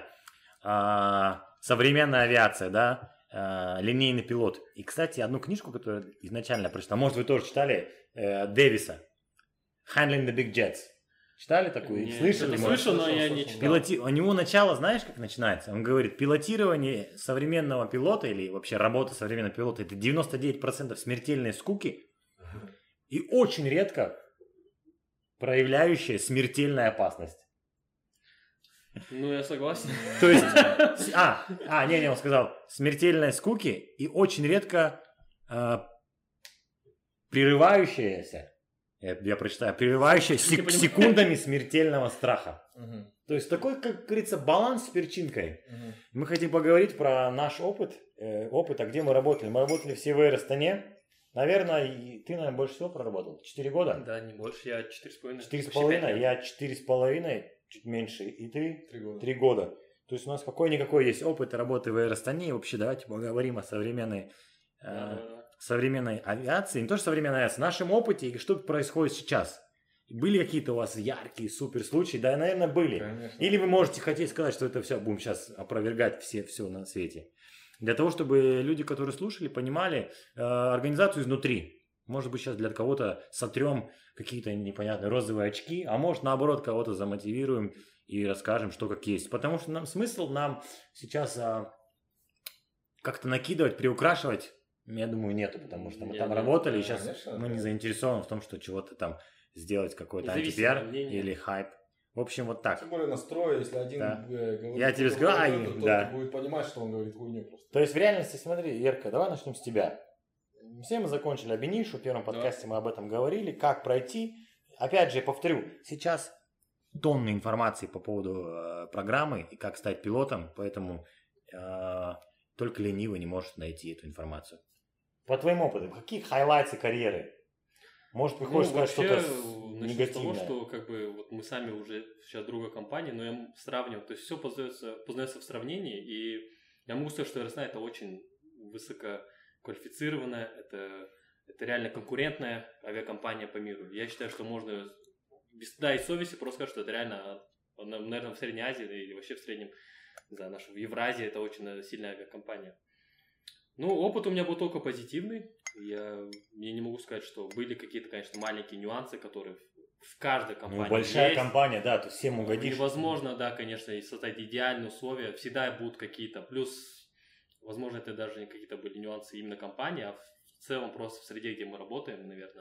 а, современная авиация, да, а, линейный пилот. И, кстати, одну книжку, которую изначально прочитал, может, вы тоже читали, э, Дэвиса, Handling the Big Jets. Читали такую? Не, Слышали? это может? слышал, но я не Слышал, читал. Пилоти... У него начало, знаешь, как начинается? Он говорит, пилотирование современного пилота или вообще работа современного пилота это девяносто девять процентов смертельной скуки и очень редко проявляющая смертельная опасность. Ну, я согласен. То есть, с- а, а, не, не, он сказал, смертельной скуки и очень редко э, прерывающаяся, я, я прочитаю, прерывающая сек- понимаю. секундами смертельного страха. Мгм, То есть такой, как говорится, баланс с перчинкой. мгм. Мы хотим поговорить про наш опыт, э, опыт, а где мы работали. Мы работали все в Air Астане. Наверное, и ты, наверное, больше всего проработал. Четыре года? Да, не больше, я четыре с половиной. Четыре с почти половиной, пять. я четыре с половиной, чуть меньше. И ты? Три года. Три года. То есть у нас какой-никакой есть опыт работы в Air Астане. И вообще давайте поговорим о современной, э, Да, да, да. современной авиации. Не то, что современной авиации, нашем опыте и что происходит сейчас. Были какие-то у вас яркие супер случаи? Да, наверное, были. Конечно. Или вы можете хотеть сказать, что это все, будем сейчас опровергать все, все на свете. Для того, чтобы люди, которые слушали, понимали э, организацию изнутри. Может быть, сейчас для кого-то сотрем какие-то непонятные розовые очки, а может, наоборот, кого-то замотивируем и расскажем, что как есть. Потому что нам смысл нам сейчас а, как-то накидывать, приукрашивать, я думаю, нету, потому что мы Не, там нет, работали, и да, сейчас конечно, мы да. не заинтересованы в том, что чего-то там сделать, какой-то Независимое антипиар мнение. или хайп. В общем, вот так. Тем более настрой, если один Да. э, говорит, Я тебе что скажу, хуйню, ай, то тот да. будет понимать, что он говорит хуйню просто. То есть в реальности, смотри, Ерка, давай начнем с тебя. Все мы закончили Абинишу, в первом подкасте мы об этом говорили, как пройти. опять же, я повторю, сейчас тонны информации по поводу э, программы и как стать пилотом, поэтому э, только ленивый не может найти эту информацию. По твоему опыту, какие хайлайты карьеры? Может, ты хочешь ну, сказать что-то начну негативное? с того, что как бы вот мы сами уже сейчас другая компания, но я сравниваю, то есть все познается, познается в сравнении, и я могу сказать, что Air это очень высококвалифицированная, это, это реально конкурентная авиакомпания по миру. Я считаю, что можно без стыда и совести просто сказать, что это реально, наверное, в Средней Азии или вообще в среднем, не знаю, наша, в Евразии это очень сильная авиакомпания. Ну, опыт у меня был только позитивный. Я, я не могу сказать, что были какие-то, конечно, маленькие нюансы, которые в каждой компании ну, большая есть. компания, да, ты всем угодишь. Невозможно, да, конечно, и создать идеальные условия. Всегда будут какие-то. Плюс, возможно, это даже не какие-то были нюансы именно компании, а в целом просто в среде, где мы работаем, наверное.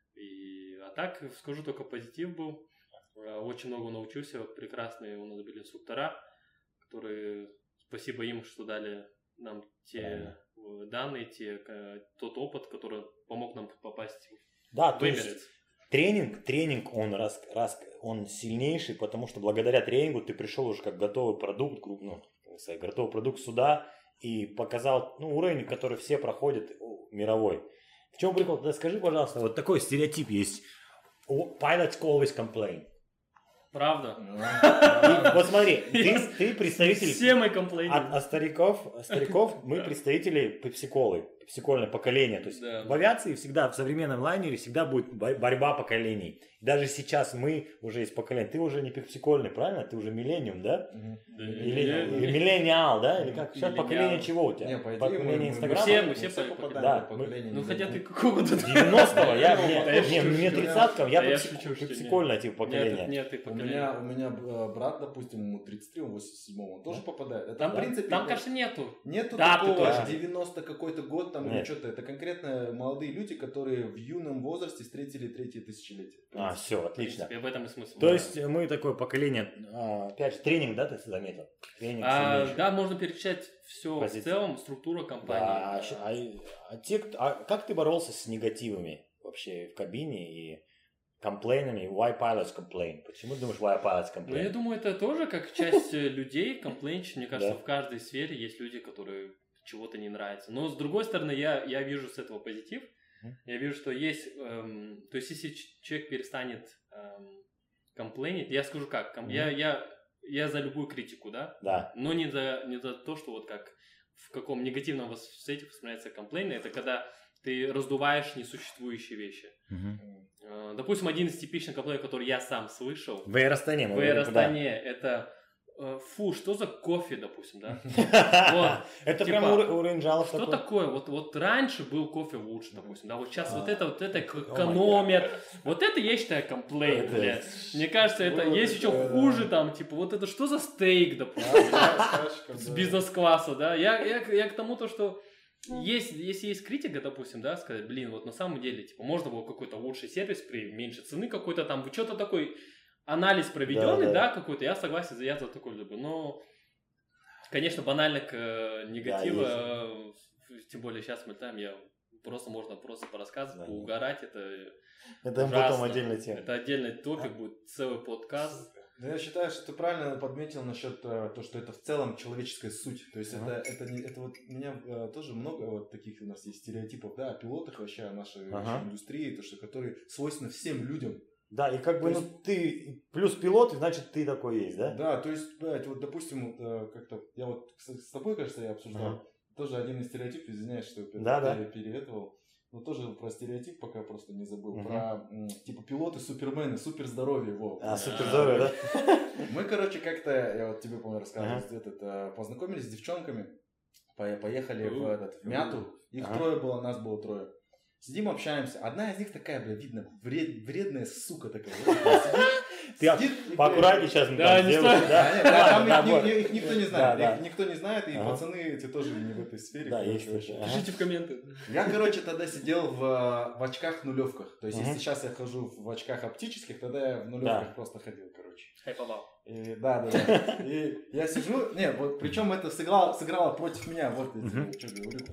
И, а так, скажу, только позитив был. Очень много научился. Прекрасные у нас были инструктора, которые, спасибо им, что дали нам те Правильно. данные, те, тот опыт, который помог нам попасть да, в то есть тренинг, тренинг он, раз, раз, он сильнейший, потому что благодаря тренингу ты пришел уже как готовый продукт, ну, готовый продукт сюда и показал ну, уровень, который все проходят, мировой. В чем прикол? Да скажи, пожалуйста, вот такой стереотип есть. Pilots always complain. Правда? И, вот смотри, ты, ты представитель... Все мы комплейним. А, а стариков, стариков мы представители пепсиколы, пепсикольное поколение. То есть да. в авиации всегда, в современном лайнере всегда будет борьба поколений. Даже сейчас мы уже из поколения. Ты уже не пепсикольный, правильно? Ты уже миллениум, да? Да. Или, или миллениал, да? Или как? Сейчас поколение чего у тебя? Не, по идее, поколение мы, Инстаграма? Все, мы все, все попадаем да, в поколение. Ну, хотя не- ты какого-то... девяностого, я, Да я не, не, шучу, мне шучу. тридцатого, я Да я пепси- шучу, что пепсикольное типа Нет, поколение. нет, ты У поколение. меня, у меня э, брат, допустим, ему тридцать три, он восемьдесят седьмого, он тоже попадает. Это, Там, в принципе, там вот кажется, нету. нету Да, ты такого точно. девяносто какой-то год там или Нет. что-то. Это конкретно молодые люди, которые в юном возрасте встретили третье тысячелетие. А, все, В отлично. принципе, в этом и смысл. То есть мы такое поколение, а, опять же, тренинг, да, ты заметил? Тренинг А, сильнейший. да, можно перечислять все в Позиции. целом, структура компании. Да, а, щ- а, а те, кто- а как ты боролся с негативами вообще в кабине и комплейнами? Why pilots complain? Почему ты думаешь, why pilots Ну, я complain? думаю, это тоже как часть э, людей, комплейнчик. Мне кажется, Да. в каждой сфере есть люди, которые чего-то не нравится. Но с другой стороны, я, я вижу с этого позитив. Мгм. Я вижу, что есть... эм, то есть, если ч- человек перестанет эм, комплейнить, я скажу как, ком- Мгм. я, я, я за любую критику, да? Да. Но не за, не за то, что вот как в каком негативном вос- свете воспринимается комплейн, это когда ты раздуваешь несуществующие вещи. Мгм. Э, Допустим, один из типичных комплейнов, который я сам слышал, В Аэростане. мы в говорим, Аэростане, это э, фу, что за кофе, допустим, да? да. Вот. Это Типа, прям ур- уровень жалоб Что такой. такое? Вот, вот раньше был кофе лучше, допустим, да, вот сейчас вот А. это, вот это к- О май экономят, вот это я считаю комплейн, Это- бля. Мне кажется, это Вот есть это, еще да. хуже, там, типа, вот это что за стейк, допустим, с бизнес-класса, да? Я, я, я к тому, то, что есть, если есть критика, допустим, да, сказать, блин, вот на самом деле, типа, можно было какой-то лучший сервис при меньшей цены какой-то там, что-то такой анализ проведенный, Да, да, да. какой-то, я согласен, я за такой люблю, но, конечно, банально к э, негативу, Да, э, тем более сейчас мы там, я просто можно просто порассказывать, Да. поугарать, это Это ужасно. потом отдельная тема. Это отдельный топик будет, целый подкаст. Да, я считаю, что ты правильно подметил насчет э, то, что это в целом человеческая суть. То есть Ага. это, это, не, это вот у меня э, тоже много вот таких у нас есть стереотипов, да, о пилотах вообще, о нашей, Ага. нашей индустрии, то, что которые свойственны всем людям. Да, и как бы, То ну, ты плюс пилот, значит, ты такой есть, да? Да, то есть, блядь, вот, допустим, вот, э, как-то, я вот с, с тобой, кажется, я обсуждал, Ага. тоже один из стереотипов, извиняюсь, что я Да, да. пере- переэтовал, но тоже про стереотип пока просто не забыл, Мгм. про, м, типа, пилоты-супермены, супер здоровье, во. А, супер здорово, да? Мы, короче, как-то, я вот тебе, по-моему, рассказывал, Ага. этот, э, познакомились с девчонками, по- поехали в, У. этот, в Мяту, их Ага. трое было, нас было трое. Сидим, общаемся. Одна из них такая, бля, видно, вред- вредная сука такая. Вот, сидит, Ты сидит и, поаккуратнее сейчас, Да, там, не девушки, стоит. да? да, нет, да, там Да, их, вот. их- их никто не знает, Да, да. их никто не знает, и Ага. пацаны эти тоже не в этой сфере. Да, короче, есть вообще. такие. Ага. Пишите в комменты. Я, короче, тогда сидел в, э, в очках-нулевках. То есть, Мгм. если сейчас я хожу в очках оптических, тогда я в нулевках Да. просто ходил, короче. Хайповал. И, да, да, да. И я сижу, не, вот, причем это сыграло, сыграло против меня, вот я тебе Мгм. что говорю-то.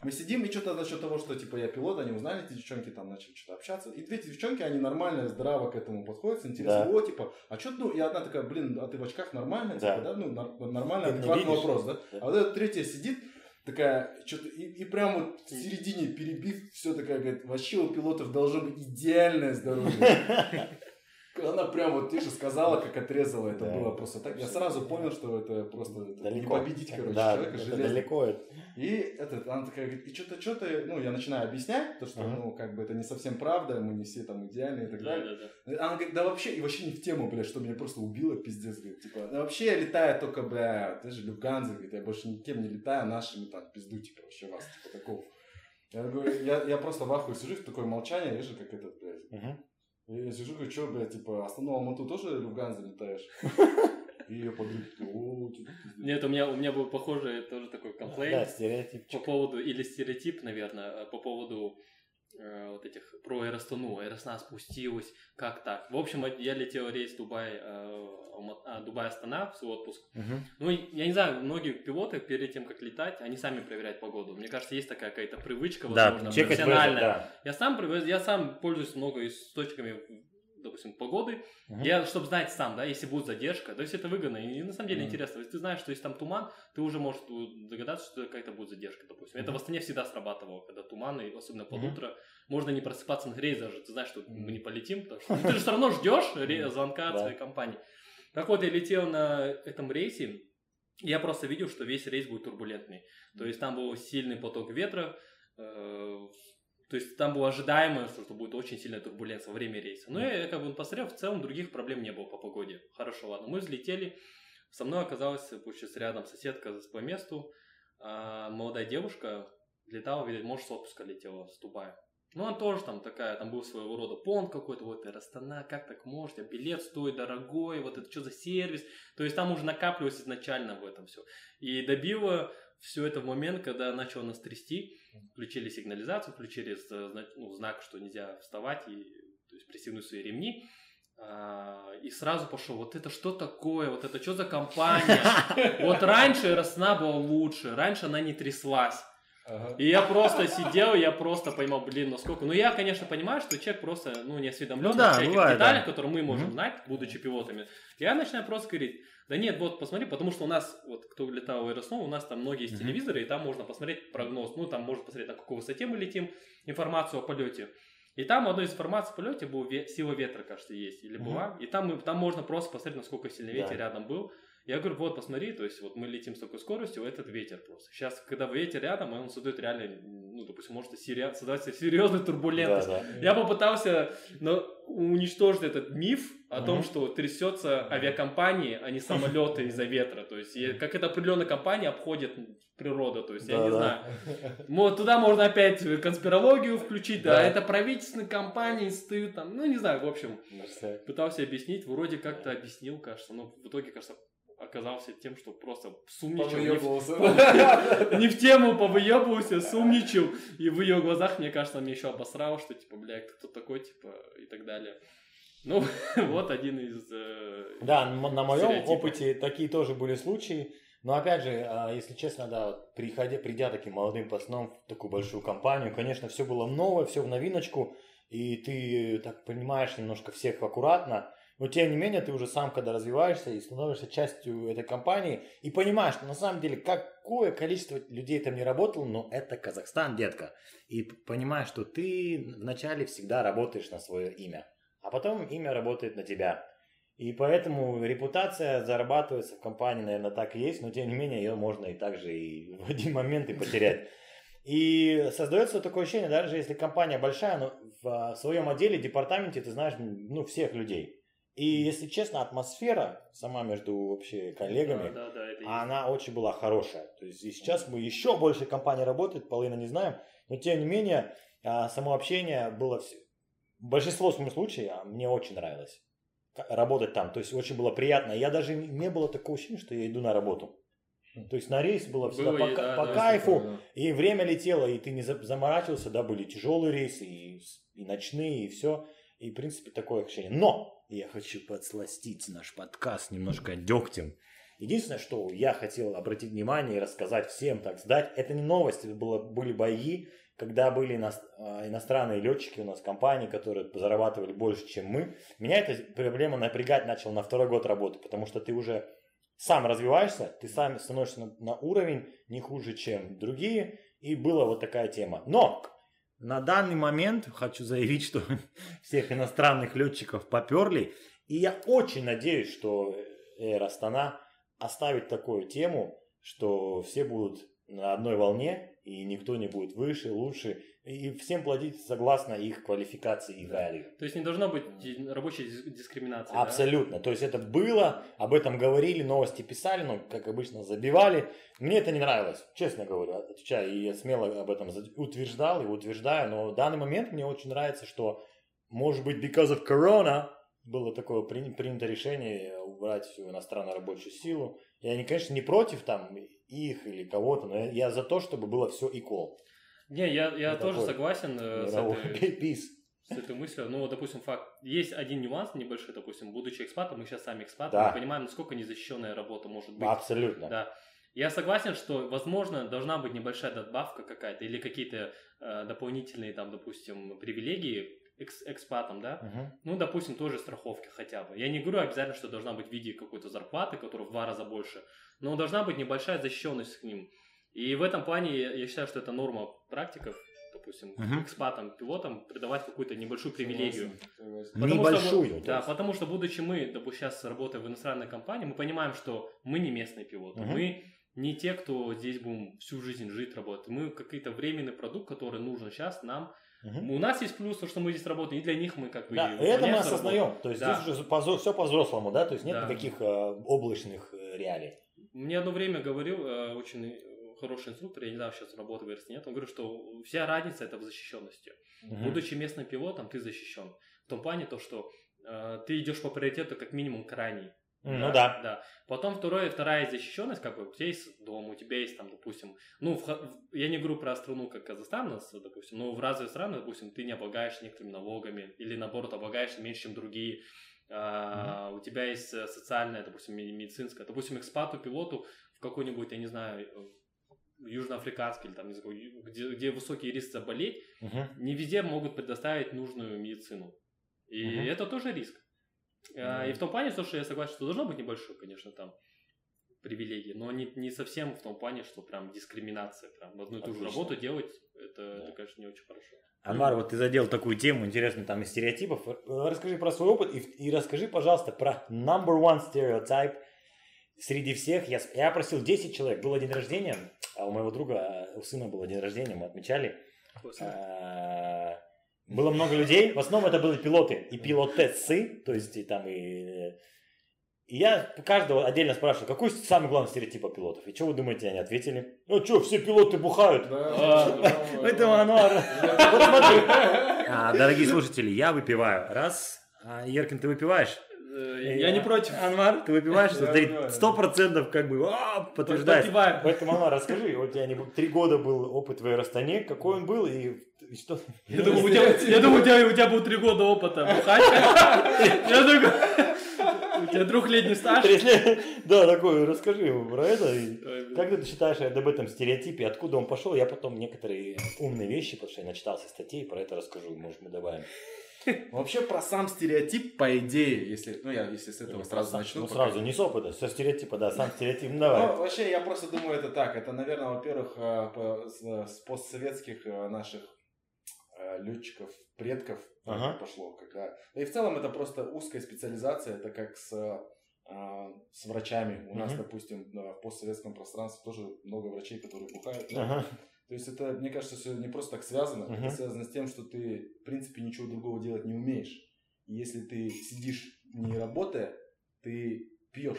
Мы сидим, и что-то насчет того, что, типа, я пилот, они узнали, эти девчонки там начали что-то общаться. И две девчонки, они нормально, здраво к этому подходят, интересно. Да. О, типа, а что, ну, и одна такая, блин, а ты в очках нормально? Да. Типа, да, ну, нар- нормально, адекватный вопрос, да? да? А вот эта третья сидит, такая, что-то, и, и прям вот в середине перебив, все такая, говорит, вообще у пилотов должно быть идеальное здоровье. Она прям вот тише сказала, как отрезала, это да. было просто так. Я сразу понял, что это просто это не победить, короче, да, человека железно. Далеко это. И этот, она такая говорит, и что-то, что-то, ну, я начинаю объяснять, то, что, uh-huh. ну, как бы это не совсем правда, мы не все там идеальные и так да, далее. Да, да. Она говорит, да вообще, и вообще не в тему, блядь, что меня просто убило, пиздец, говорит, типа, да вообще я летаю только, бля, ты же Люфтганза, говорит, я больше никем не летаю, нашими там пизду, типа, вообще вас, типа, такого. Я говорю, я, я просто в ахуе сижу, в такое молчание, вижу, как этот, блядь. Uh-huh. Я сижу, говорю, что, блядь, типа, Астану Алмату тоже Люфтганза летаешь? И ее подруги, о, типа, пиздец. Нет, у меня, у меня был похожий тоже такой комплейн. Да, стереотип. По поводу, или стереотип, наверное, по поводу э, вот этих, про Аэростану. Аэростана спустилась, как так? В общем, я летел рейс Дубай, э, а, Дубай-Астана в свой отпуск. Uh-huh. Ну, я не знаю, многие пилоты перед тем, как летать, они сами проверяют погоду. Мне кажется, есть такая какая-то привычка, возможно, да, профессиональная. Да. Я сам, я сам пользуюсь много источниками, допустим, погоды. Uh-huh. Я, чтобы знать сам, да, если будет задержка, то есть это выгодно и на самом деле uh-huh. интересно. Если ты знаешь, что если там туман, ты уже можешь догадаться, что какая-то будет задержка, допустим. Uh-huh. Это в Астане всегда срабатывало, когда туман, и особенно под uh-huh. утро. Можно не просыпаться на рейс даже, ты знаешь, что uh-huh. мы не полетим, потому что ну, ты же все равно ждешь uh-huh. звонка от своей компании. Так вот, я летел на этом рейсе, я просто видел, что весь рейс будет турбулентный. То есть там был сильный поток ветра, э- то есть там было ожидаемо, что будет очень сильная турбуленция во время рейса. Но я как бы посмотрел, в целом других проблем не было по погоде. Хорошо, ладно. Мы взлетели, со мной оказалась, получается, рядом соседка по месту, а молодая девушка летала, видать, может, с отпуска летела с Дубая. Ну, она тоже там такая, там был своего рода понт какой-то, вот Аэростана, как так может, а билет стоит дорогой, вот это что за сервис. То есть там уже накапливалось изначально в этом все. И добило все это в момент, когда начало нас трясти, включили сигнализацию, включили ну, знак, что нельзя вставать и то есть, пристегнуть свои ремни. И сразу пошел, вот это что такое, вот это что за компания? Вот раньше Аэростана была лучше, раньше она не тряслась. Ага. И я просто сидел, я просто поймал, блин, ну сколько. Ну я, конечно, понимаю, что человек просто, ну, не осведомлен ну, да, в всяких деталях, да. которые мы можем mm-hmm. знать, будучи пилотами. Я начинаю просто говорить, да нет, вот посмотри, потому что у нас, вот кто летал в Аэросну, у нас там многие есть mm-hmm. телевизоры, и там можно посмотреть прогноз, ну там можно посмотреть, на какой высоте мы летим, информацию о полете. И там одной из информаций о полете была ве- сила ветра, кажется, есть, или была. Mm-hmm. И там, там можно просто посмотреть, насколько сильный ветер да. рядом был. Я говорю, вот посмотри, то есть вот мы летим с такой скоростью, этот ветер просто. Сейчас, когда ветер рядом, он создает реально, ну, допустим, может сери- создать серьезную турбулентность. Да, да. Я попытался но, уничтожить этот миф о uh-huh. том, что трясется авиакомпании, а не самолеты из-за ветра. То есть, как это определенная компания обходит природу, то есть, я да, не да. знаю. Вот туда можно опять конспирологию включить, да, да это правительственные компании стоят там, ну, не знаю, в общем. Пытался объяснить, вроде как-то объяснил, кажется, но в итоге, кажется, оказался тем, что просто сумничал. Не, не в тему повыебывался, сумничал. И в ее глазах, мне кажется, мне еще обосрал, что типа, бля, кто такой, типа, и так далее. Ну, вот один из э, Да, на моем опыте такие тоже были случаи. Но опять же, если честно, да, приходя, придя таким молодым пацаном в такую большую компанию, конечно, все было новое, все в новиночку. И ты так понимаешь немножко всех аккуратно. Но тем не менее, ты уже сам, когда развиваешься и становишься частью этой компании, и понимаешь, что на самом деле какое количество людей там не работало, но это Казахстан, детка. И понимаешь, что ты вначале всегда работаешь на свое имя, а потом имя работает на тебя. И поэтому репутация зарабатывается в компании, наверное, так и есть, но тем не менее ее можно и также и в один момент и потерять. И создается такое ощущение, даже если компания большая, но в своем отделе, департаменте ты знаешь ну, всех людей. И, если честно, атмосфера сама между вообще коллегами, да, да, да, она очень была хорошая. То есть и сейчас мы еще больше компаний работает, половина не знаем, но тем не менее само общение было все. Большинство случаев мне очень нравилось работать там. То есть очень было приятно. Я даже не было такого ощущения, что я иду на работу. То есть на рейс было всегда было, по, и, да, по да, кайфу, да. И время летело, и ты не заморачивался, да, были тяжелые рейсы, и, и ночные, и все. И, в принципе, такое ощущение. Но я хочу подсластить наш подкаст немножко дегтем. Единственное, что я хотел обратить внимание и рассказать всем, так сказать, это не новость, это было, были бои, когда были ино, иностранные летчики у нас, компании, которые зарабатывали больше, чем мы. Меня эта проблема напрягать начала на второй год работы, потому что ты уже сам развиваешься, ты сам становишься на, на уровень не хуже, чем другие, и была вот такая тема. Но на данный момент хочу заявить, что всех иностранных летчиков поперли, и я очень надеюсь, что Air Astana оставить такую тему, что все будут на одной волне, и никто не будет выше, лучше, и всем платить согласно их квалификации и value. То есть не должно быть рабочей дискриминации. Абсолютно. Да? То есть это было, об этом говорили, новости писали, но, как обычно, забивали. Мне это не нравилось, честно говорю, отвечаю, и я смело об этом утверждал и утверждаю, но в данный момент мне очень нравится, что, может быть, because of corona, было такое принято решение убрать всю иностранную рабочую силу. Я, конечно, не против там их или кого-то, но я за то, чтобы было все equal. Не, я, я тоже согласен э, с, этой, с этой мыслью. Ну, допустим, факт. Есть один нюанс небольшой, допустим, будучи экспатом, мы сейчас сами экспаты, да. мы понимаем, насколько незащищенная работа может быть. Абсолютно. Да. Я согласен, что, возможно, должна быть небольшая добавка какая-то или какие-то э, дополнительные, там, допустим, привилегии экс- экспатам, да? Uh-huh. Ну, допустим, тоже страховки хотя бы. Я не говорю обязательно, что должна быть в виде какой-то зарплаты, которая в два раза больше, но должна быть небольшая защищенность к ним. И в этом плане я, я считаю, что это норма практиков, допустим, uh-huh. экспатам, пилотам придавать какую-то небольшую привилегию. Потому небольшую. Что, да, потому что, будучи мы, допустим, сейчас работаем в иностранной компании, мы понимаем, что мы не местные пилоты, uh-huh. мы не те, кто здесь будем всю жизнь жить, работать. Мы какой-то временный продукт, который нужен сейчас нам. Uh-huh. У нас есть плюс, то, что мы здесь работаем, и для них мы как бы... Да, это мы осознаем. Работу. То есть да. здесь уже по, все по-взрослому, да? То есть нет да. никаких э, облачных э, реалий. Мне одно время говорил э, очень хороший инструктор, я не знаю, сейчас работает в версии нет, он говорит, что вся разница это в защищенности. Uh-huh. Будучи местным пилотом, ты защищен. В том плане то, что э, ты идешь по приоритету как минимум крайний. Ну да, да. да. Потом второе, вторая защищенность, как бы у тебя есть дом, у тебя есть там, допустим, ну, в, я не говорю про страну, как Казахстан, нас, допустим, но в развитых странах, допустим, ты не облагаешь некоторыми налогами или, наоборот, облагаешь меньше, чем другие. А, mm-hmm. У тебя есть социальная, допустим, медицинская. Допустим, экспату, пилоту в какой-нибудь, я не знаю, южноафриканский или там, не знаю, где, где высокий риск заболеть, mm-hmm. не везде могут предоставить нужную медицину. И mm-hmm. это тоже риск. Mm-hmm. И в том плане, что я согласен, что должно быть небольшое, конечно, там привилегии, но не, не совсем в том плане, что прям дискриминация, прям одну и ту же работу делать, это, yeah. это, конечно, не очень хорошо. Анвар, вот ты задел такую тему интересную там из стереотипов. Расскажи про свой опыт и, и расскажи, пожалуйста, про number one stereotype среди всех. Я, я просил десять человек, было день рождения, а у моего друга, у сына было день рождения, мы отмечали. А, было много людей, в основном это были пилоты и пилотессы, то есть и там и... И я каждого отдельно спрашиваю, какой самый главный стереотип о пилотов? И что вы думаете, они ответили? Ну что, все пилоты бухают? Это Анвар. Вот смотри. Дорогие слушатели, я выпиваю. Раз. Еркин, ты выпиваешь? Я не против. Анвар, ты выпиваешь? Сто процентов как бы подтверждает. Поэтому, Анвар, расскажи, у тебя три года был опыт в Air Astana, какой он был и что? Я думаю, у тебя был три года опыта бухать. Я думаю... У тебя трехлетний стаж? Да, такой, расскажи ему про это. Как ты считаешь об этом стереотипе, откуда он пошел? Я потом некоторые умные вещи, потому что я начитался статей, про это расскажу, может мы добавим. Вообще про сам стереотип, по идее, если, ну я если с этого ну, сразу начну. Ну сразу, не с опыта, со стереотипа, да, сам стереотип, ну давай. Ну, вообще я просто думаю это так, это, наверное, во-первых, с постсоветских наших летчиков, предков ага. пошло, когда... И в целом это просто узкая специализация, это как с, а, с врачами. У uh-huh. нас, допустим, в постсоветском пространстве тоже много врачей, которые бухают. Да? Uh-huh. То есть это, мне кажется, все не просто так связано, uh-huh. это связано с тем, что ты, в принципе, ничего другого делать не умеешь. И если ты сидишь не работая, ты пьешь.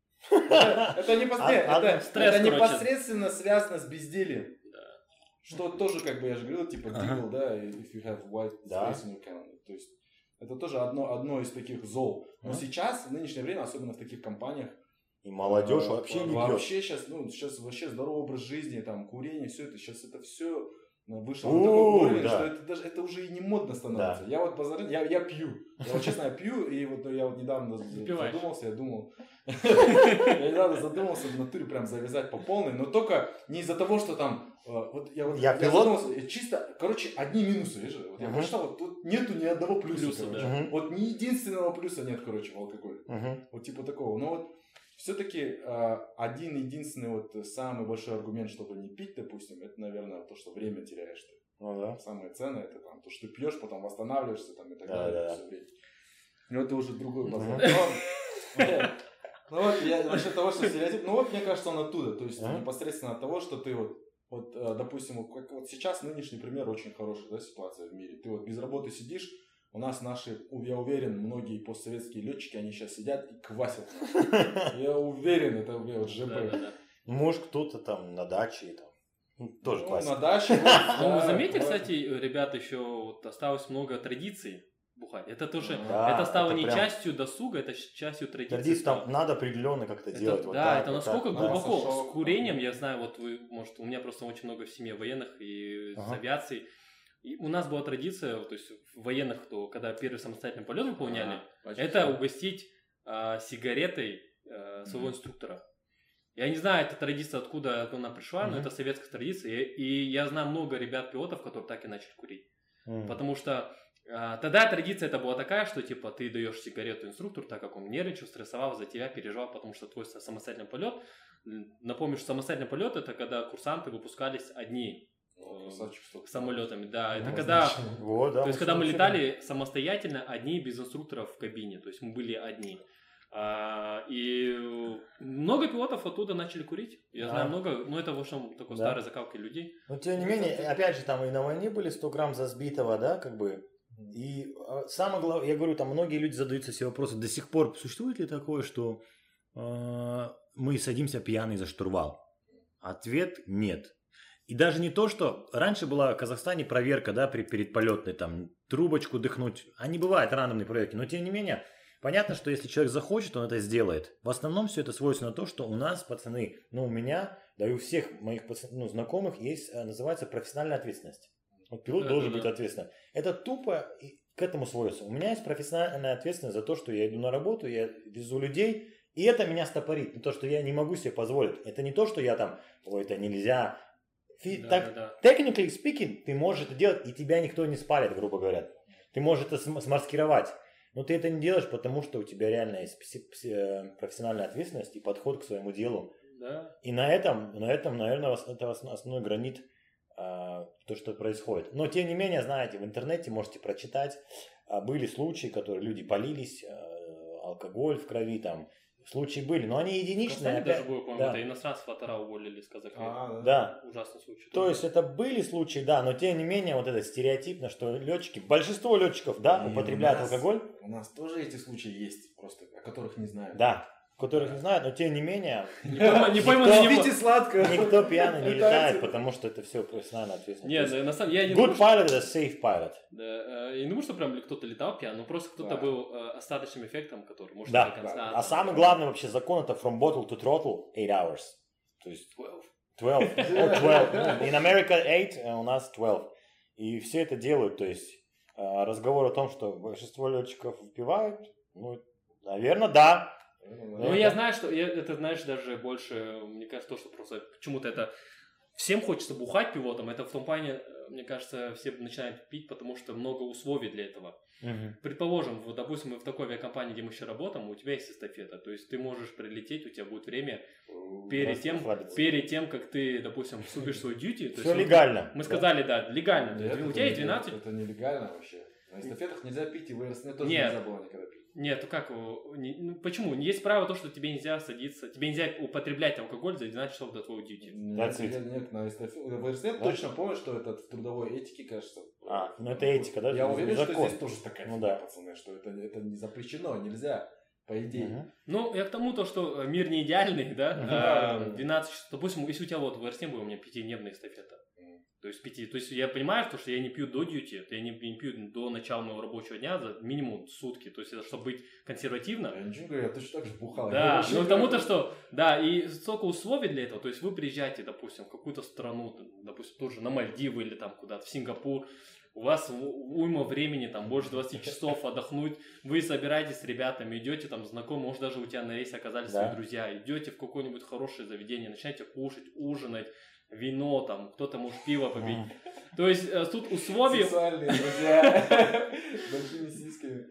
Это непосредственно связано с бездельем. Что тоже, как бы, я же говорил, типа, deal, да, if you have white space in your calendar. То есть, это тоже одно, одно из таких зол. Но сейчас, в нынешнее время, особенно в таких компаниях... И молодежь э, вообще не пьет. Вообще сейчас, ну, сейчас вообще здоровый образ жизни, там, курение, все это, сейчас это все вышел на такой уровень, да. что это даже это уже и не модно становится. Да. Я вот позарыл, я, я пью. Я вот честно я пью, и вот я вот недавно задумался, я думал. Я недавно задумался в натуре прям завязать по полной, но только не из-за того, что там. Вот я вот я, я задумался, чисто, короче, одни минусы, видишь? Вот я прочитал, вот тут нету ни одного плюса. Плюсы, короче. да. Вот ни единственного плюса нет, короче, в алкоголе. Вот типа такого. Но вот все-таки э, один единственный вот самый большой аргумент, чтобы не пить, допустим, это, наверное, то, что время теряешь ты. Ну, да. Самое ценное это там то, что ты пьешь, потом восстанавливаешься там и так да, далее. Да. Все время. Но это уже другой базар. Uh-huh. Ну вот, я насчет того, что стереотип, ну вот мне кажется, он оттуда, то есть uh-huh. непосредственно от того, что ты вот, вот допустим, вот, как вот сейчас нынешний пример очень хорошая, да, ситуация в мире. Ты вот без работы сидишь. У нас наши, я уверен, многие постсоветские летчики, они сейчас сидят и квасят. Я уверен, это вот ЖБ. Может, кто-то там на даче там тоже ну, квасит. На даче. Ну, заметьте, кстати, ребята, еще вот осталось много традиций бухать. Это тоже, да, это стало это не прям... частью досуга, это частью традиции. Традиции там надо определенно как-то это, делать. Да, вот так, это вот насколько так, глубоко. да. С курением, я знаю, вот вы, может, у меня просто очень много в семье военных и ага. с авиацией. И у нас была традиция, то есть в военных, кто, когда первый самостоятельный полет выполняли, а, это все. угостить а, сигаретой а, своего mm-hmm. инструктора. Я не знаю, эта традиция, откуда она пришла, mm-hmm. но это советская традиция. И, и я знаю много ребят-пилотов, которые так и начали курить. Mm-hmm. Потому что а, тогда традиция это была такая, что типа ты даешь сигарету инструктору, так как он нервничал, стрессовал за тебя, переживал, потому что твой самостоятельный полет. Напомню, что самостоятельный полет это когда курсанты выпускались одни. Самолетами, да. Это ну, когда, вот, да, то есть, когда мы летали самостоятельно, одни, без инструкторов в кабине. То есть мы были одни. А, и много пилотов оттуда начали курить. Я а. знаю много, но это в общем такой да. старой закалки людей. Но тем не менее, опять же, там и на войне были сто грамм за сбитого, да, как бы. И самое главное, я говорю, там многие люди задаются себе вопросом, до сих пор существует ли такое, что э, мы садимся пьяный за штурвал? Ответ нет. И даже не то, что раньше была в Казахстане проверка, да, при, перед полетной, там, трубочку дыхнуть. Они бывают рандомные проверки, но тем не менее, понятно, что если человек захочет, он это сделает. В основном все это сводится на то, что у нас, пацаны, ну, у меня, да и у всех моих пацан, ну, знакомых есть, называется профессиональная ответственность. Вот пилот да, должен да, быть да. ответственным. Это тупо к этому сводится. У меня есть профессиональная ответственность за то, что я иду на работу, я везу людей, и это меня стопорит. Не то, что я не могу себе позволить. Это не то, что я там, ой, это нельзя. Фи, да, так, да, да. Technically speaking, ты можешь это делать, и тебя никто не спалит, грубо говоря. Ты можешь это смаскировать. Но ты это не делаешь, потому что у тебя реально есть профессиональная ответственность и подход к своему делу. Да. И на этом, на этом, наверное, это основной гранит а, то, что происходит. Но, тем не менее, знаете, в интернете можете прочитать, а, были случаи, которые люди палились, а, алкоголь в крови, там, случаи были, но они единичные. Опять... даже было, по-моему, да. это иностранцев от ара уволили с Казахстана. А, да. Ужасный случай. То есть это были случаи, да, но тем не менее вот это стереотипно, что летчики, большинство летчиков, да, и употребляют у нас, алкоголь. У нас тоже эти случаи есть, просто о которых не знают. Да, которых не знают, но тем не менее не пойму, не сладко. Никто пьяный не летает, потому что это все профессиональная ответственность. Нет, на самом деле я не Good pilot это safe pilot. Я не думаю, что прям кто-то летал пьяный, но просто кто-то был остаточным эффектом, который может до конца. А самый главный вообще закон это from bottle to throttle eight hours. То есть twelve. twelve. In America eight, у нас twelve. И все это делают, то есть разговор о том, что большинство летчиков выпивают, ну, наверное, да. Ну, я знаю, что я, это, знаешь, даже больше, мне кажется, то, что просто почему-то это всем хочется бухать пилотом, это в том плане, мне кажется, все начинают пить, потому что много условий для этого. Uh-huh. Предположим, вот, допустим, мы в такой авиакомпании, где мы еще работаем, у тебя есть эстафета, то есть ты можешь прилететь, у тебя будет время перед тем, перед тем, как ты, допустим, вступишь в свой дьюти. Все легально. Мы сказали, да, легально. У тебя есть двенадцать. Это нелегально вообще. На эстафетах нельзя пить, и в РСН тоже нельзя было никогда пить. Нет, ну как, не, ну, почему? Есть право то, что тебе нельзя садиться, тебе нельзя употреблять алкоголь за двенадцать часов до твоего дьюти. Нет, нет, нет, на эстафете. В РСН да? Точно помню, что это в трудовой этике, кажется. А, ну это этика, да? Я уверен, закон. Что здесь тоже такая ну, фигня, да. пацаны, что это, это не запрещено, нельзя, по идее. Uh-huh. Ну, я к тому, то, что мир не идеальный, да? Uh-huh. двенадцать часов, допустим, если у тебя вот в РСН была у меня пятидневная эстафета. То есть пяти. То есть я понимаю, что я не пью до дьюти, я не, не пью до начала моего рабочего дня за минимум сутки. То есть это чтобы быть консервативно. Я ничего не говорю, я точно так же бухал. Да, ну потому-то что, да, и столько условий для этого. То есть вы приезжаете, допустим, в какую-то страну, допустим, тоже на Мальдивы или там куда-то, в Сингапур. У вас уйма времени, там больше двадцати часов отдохнуть. Вы собираетесь с ребятами, идете там знакомые, может даже у тебя на рейсе оказались Да. свои друзья. Идете в какое-нибудь хорошее заведение, начинаете кушать, ужинать. Вино, там, кто-то может пиво попить. То есть э, тут условия... Сексуальные друзья. Большими сиськами.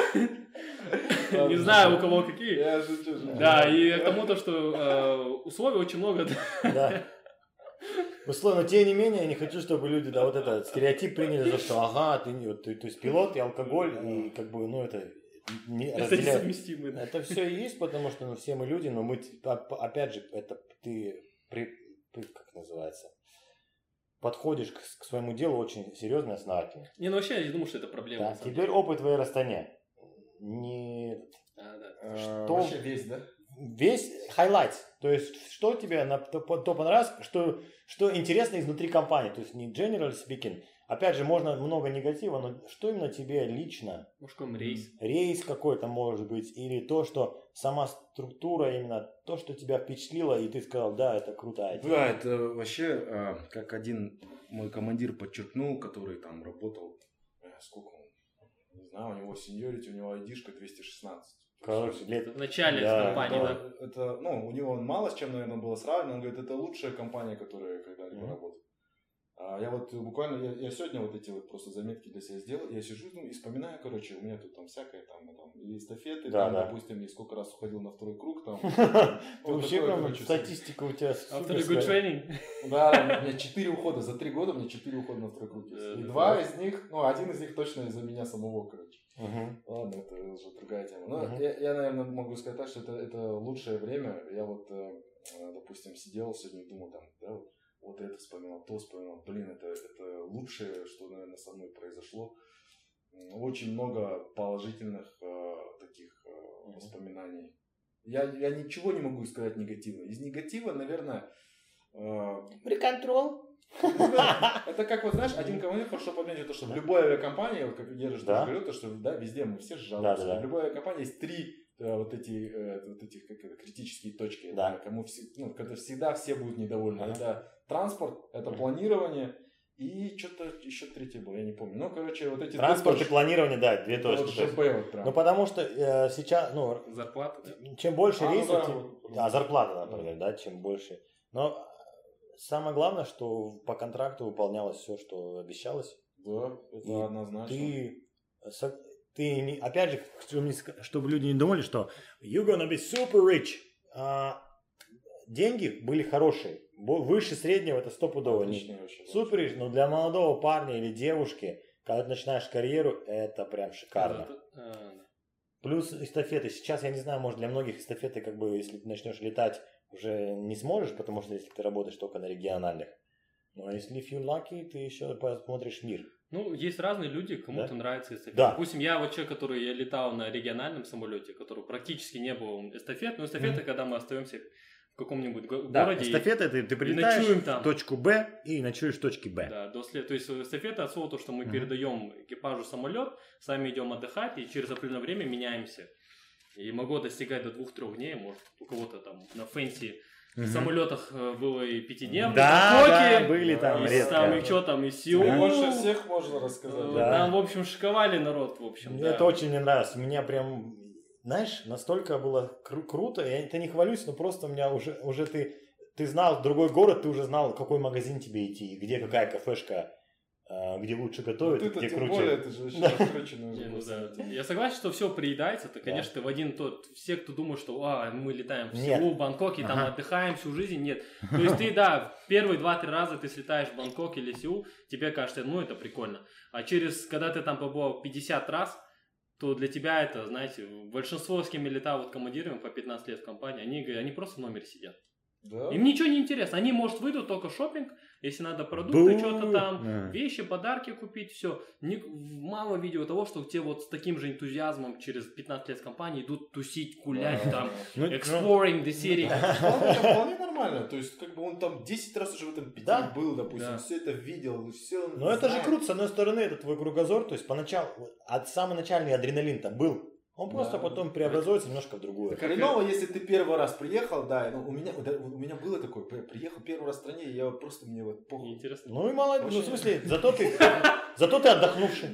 Не знаю, у кого какие. Я шучу, шучу. Да, и к тому, то, что э, условий очень много. Да. Условно, но тем не менее, я не хочу, чтобы люди, да, вот этот стереотип приняли за что, ага, ты, не- вот ты, то есть пилот и алкоголь, и как бы, ну, это не Это разделяют. несовместимо. да. Это все и есть, потому что, ну, все мы люди, но мы, т- оп- опять же, это ты, при, при- как называется, подходишь к, к своему делу очень серьезно и основательно. Не, ну вообще я не думаю, что это проблема. Да. на самом Теперь деле. опыт в Аэростане. Не Да, да. Э, Что? Вообще весь, да? весь хайлайт, то есть что тебе на, то, то понравилось, что, что интересно изнутри компании, то есть не general speaking. Опять же, можно много негатива, но что именно тебе лично? Может, какой рейс? Рейс какой-то может быть, или то, что сама структура, именно то, что тебя впечатлило, и ты сказал, да, это крутая идея. Да, это вообще, а, как один мой командир подчеркнул, который там работал, э, сколько он, не знаю, у него сеньорити, у него айдишка двести шестнадцать. Короче, лет- В начале Да. компании, да. Это, это, ну, у него мало с чем, наверное, было сравнено. Он говорит, это лучшая компания, которая когда-либо Мгм. работала. А я вот буквально, я, я сегодня вот эти вот просто заметки для себя сделал. Я сижу, ну, и вспоминаю, короче, у меня тут там всякое, там, там и эстафеты, Да, там, да. допустим, и сколько раз уходил на второй круг, там. Ты Вот вообще такое, прям короче, статистика у тебя After a good суперская. training. Да, да, у меня четыре ухода, за три года у меня четыре ухода на второй круг есть. Да, И да, два да. из них, ну, один из них точно из-за меня самого, короче. Мгм. Ладно, это уже другая тема. Ну, Мгм. я, я, наверное, могу сказать так, что это, это лучшее время. Я вот, э, э, допустим, сидел сегодня и думал, там, да, вот, вот это вспоминал, то вспоминал. Блин, это, это лучшее, что, наверное, со мной произошло. М, Очень много положительных э, таких э, воспоминаний. Я, я ничего не могу сказать негативного. Из негатива, наверное, э, Приконтрол. ну да, это как вот, знаешь, один командир хорошо подметил, то, что в любой авиакомпании, вот как я же Да. тоже говорил, то, что да, везде мы все жалуемся. Да, да, да. В любой авиакомпании есть три э, вот эти э, вот этих как это, критические точки, Да. э, кому все, ну, когда всегда все будут недовольны. Ага. Это транспорт, это планирование и что-то еще третье было, я не помню. Ну, короче, вот эти две Транспорт и точки. планирование, да, две Это точки. вот то есть. ЖП вот прям. Ну, потому что э, сейчас, ну, Зарплата, да. чем больше А, ну рейсов, да, тем... вот. а, зарплата, например, да, чем больше. Но самое главное, что по контракту выполнялось все, что обещалось. Да, это И однозначно. Ты, со- ты не- опять же, чтобы, не ска- чтобы люди не думали, что you gonna be super rich. А, деньги были хорошие, бо- выше среднего, это стопудово. Не- Отличный вообще, да. Супер rich, но для молодого парня или девушки, когда ты начинаешь карьеру, это прям шикарно. Да, это- а, Плюс эстафеты. Сейчас, я не знаю, может для многих эстафеты, как бы, если ты начнешь летать, уже не сможешь, потому что если ты работаешь только на региональных. Но если if you lucky, ты еще посмотришь мир. Ну, есть разные люди, кому-то Да? нравится эстафета. Да. Допустим, я вот человек, который я летал на региональном самолете, который практически не был эстафет, но эстафета, когда мы остаемся в каком-нибудь го- городе. и- эстафета, ты, ты прилетаешь ночуем там. в точку Б и ночуешь в точке Б. Да, до след... То есть эстафета от слова то, что мы Мгм. передаем экипажу самолет, сами идем отдыхать и через определенное время меняемся. И могло достигать до двух-трех дней, может, у кого-то там на фэнси в Мгм. самолетах э, было и пятидневные Да, Бангкоки, да, были там и редко. там и что там, и Сеул. Ну, больше всех можно рассказать. Э, Да. Там, в общем, шиковали народ, в общем. Мне да. это очень не нравилось. Меня прям, знаешь, настолько было кру- круто. Я это не хвалюсь, но просто у меня уже, уже ты, ты знал другой город, ты уже знал, в какой магазин тебе идти, где какая кафешка, э, где лучше готовят, Ты-то где тем круче. более, ты же вообще Да. раскрученный Не, уже ну после да. этого. Я согласен, что все приедается, то, конечно, ты в один тот, все, кто думают, что а, мы летаем в Нет. Сеул, в Бангкок и там Ага. отдыхаем всю жизнь, нет. То есть ты, да, первые два-три раза ты слетаешь в Бангкок или Сеул, тебе кажется, ну это прикольно. А через, когда ты там побывал пятьдесят раз, то для тебя это, знаете, большинство, с кем я летал вот командирами по пятнадцать лет в компании, они, говорят, они просто в номере сидят. Да? Им ничего не интересно. Они, может, выйдут только шопинг, если надо продукты, Бу! что-то там, Да. вещи, подарки купить, все. Мало видео того, что те вот с таким же энтузиазмом через пятнадцать лет с компанией идут тусить, гулять, Да. там, Ну, exploring the city. Вполне, это вполне нормально. То есть, как бы он там десять раз уже в этом Питере Да. был, допустим, Да. все это видел, все. Ну это же круто, с одной стороны, это твой кругозор, то есть поначалу, от самый начальный адреналин там был, он просто Да. потом преобразуется немножко в другое. Так хреново, если ты первый раз приехал, да, ну, у меня, да, у меня было такое, при- приехал первый раз в стране, и я вот просто мне вот похуй. Интересно. Ну и молодец, ну в Вообще. смысле, зато ты, зато ты отдохнувший.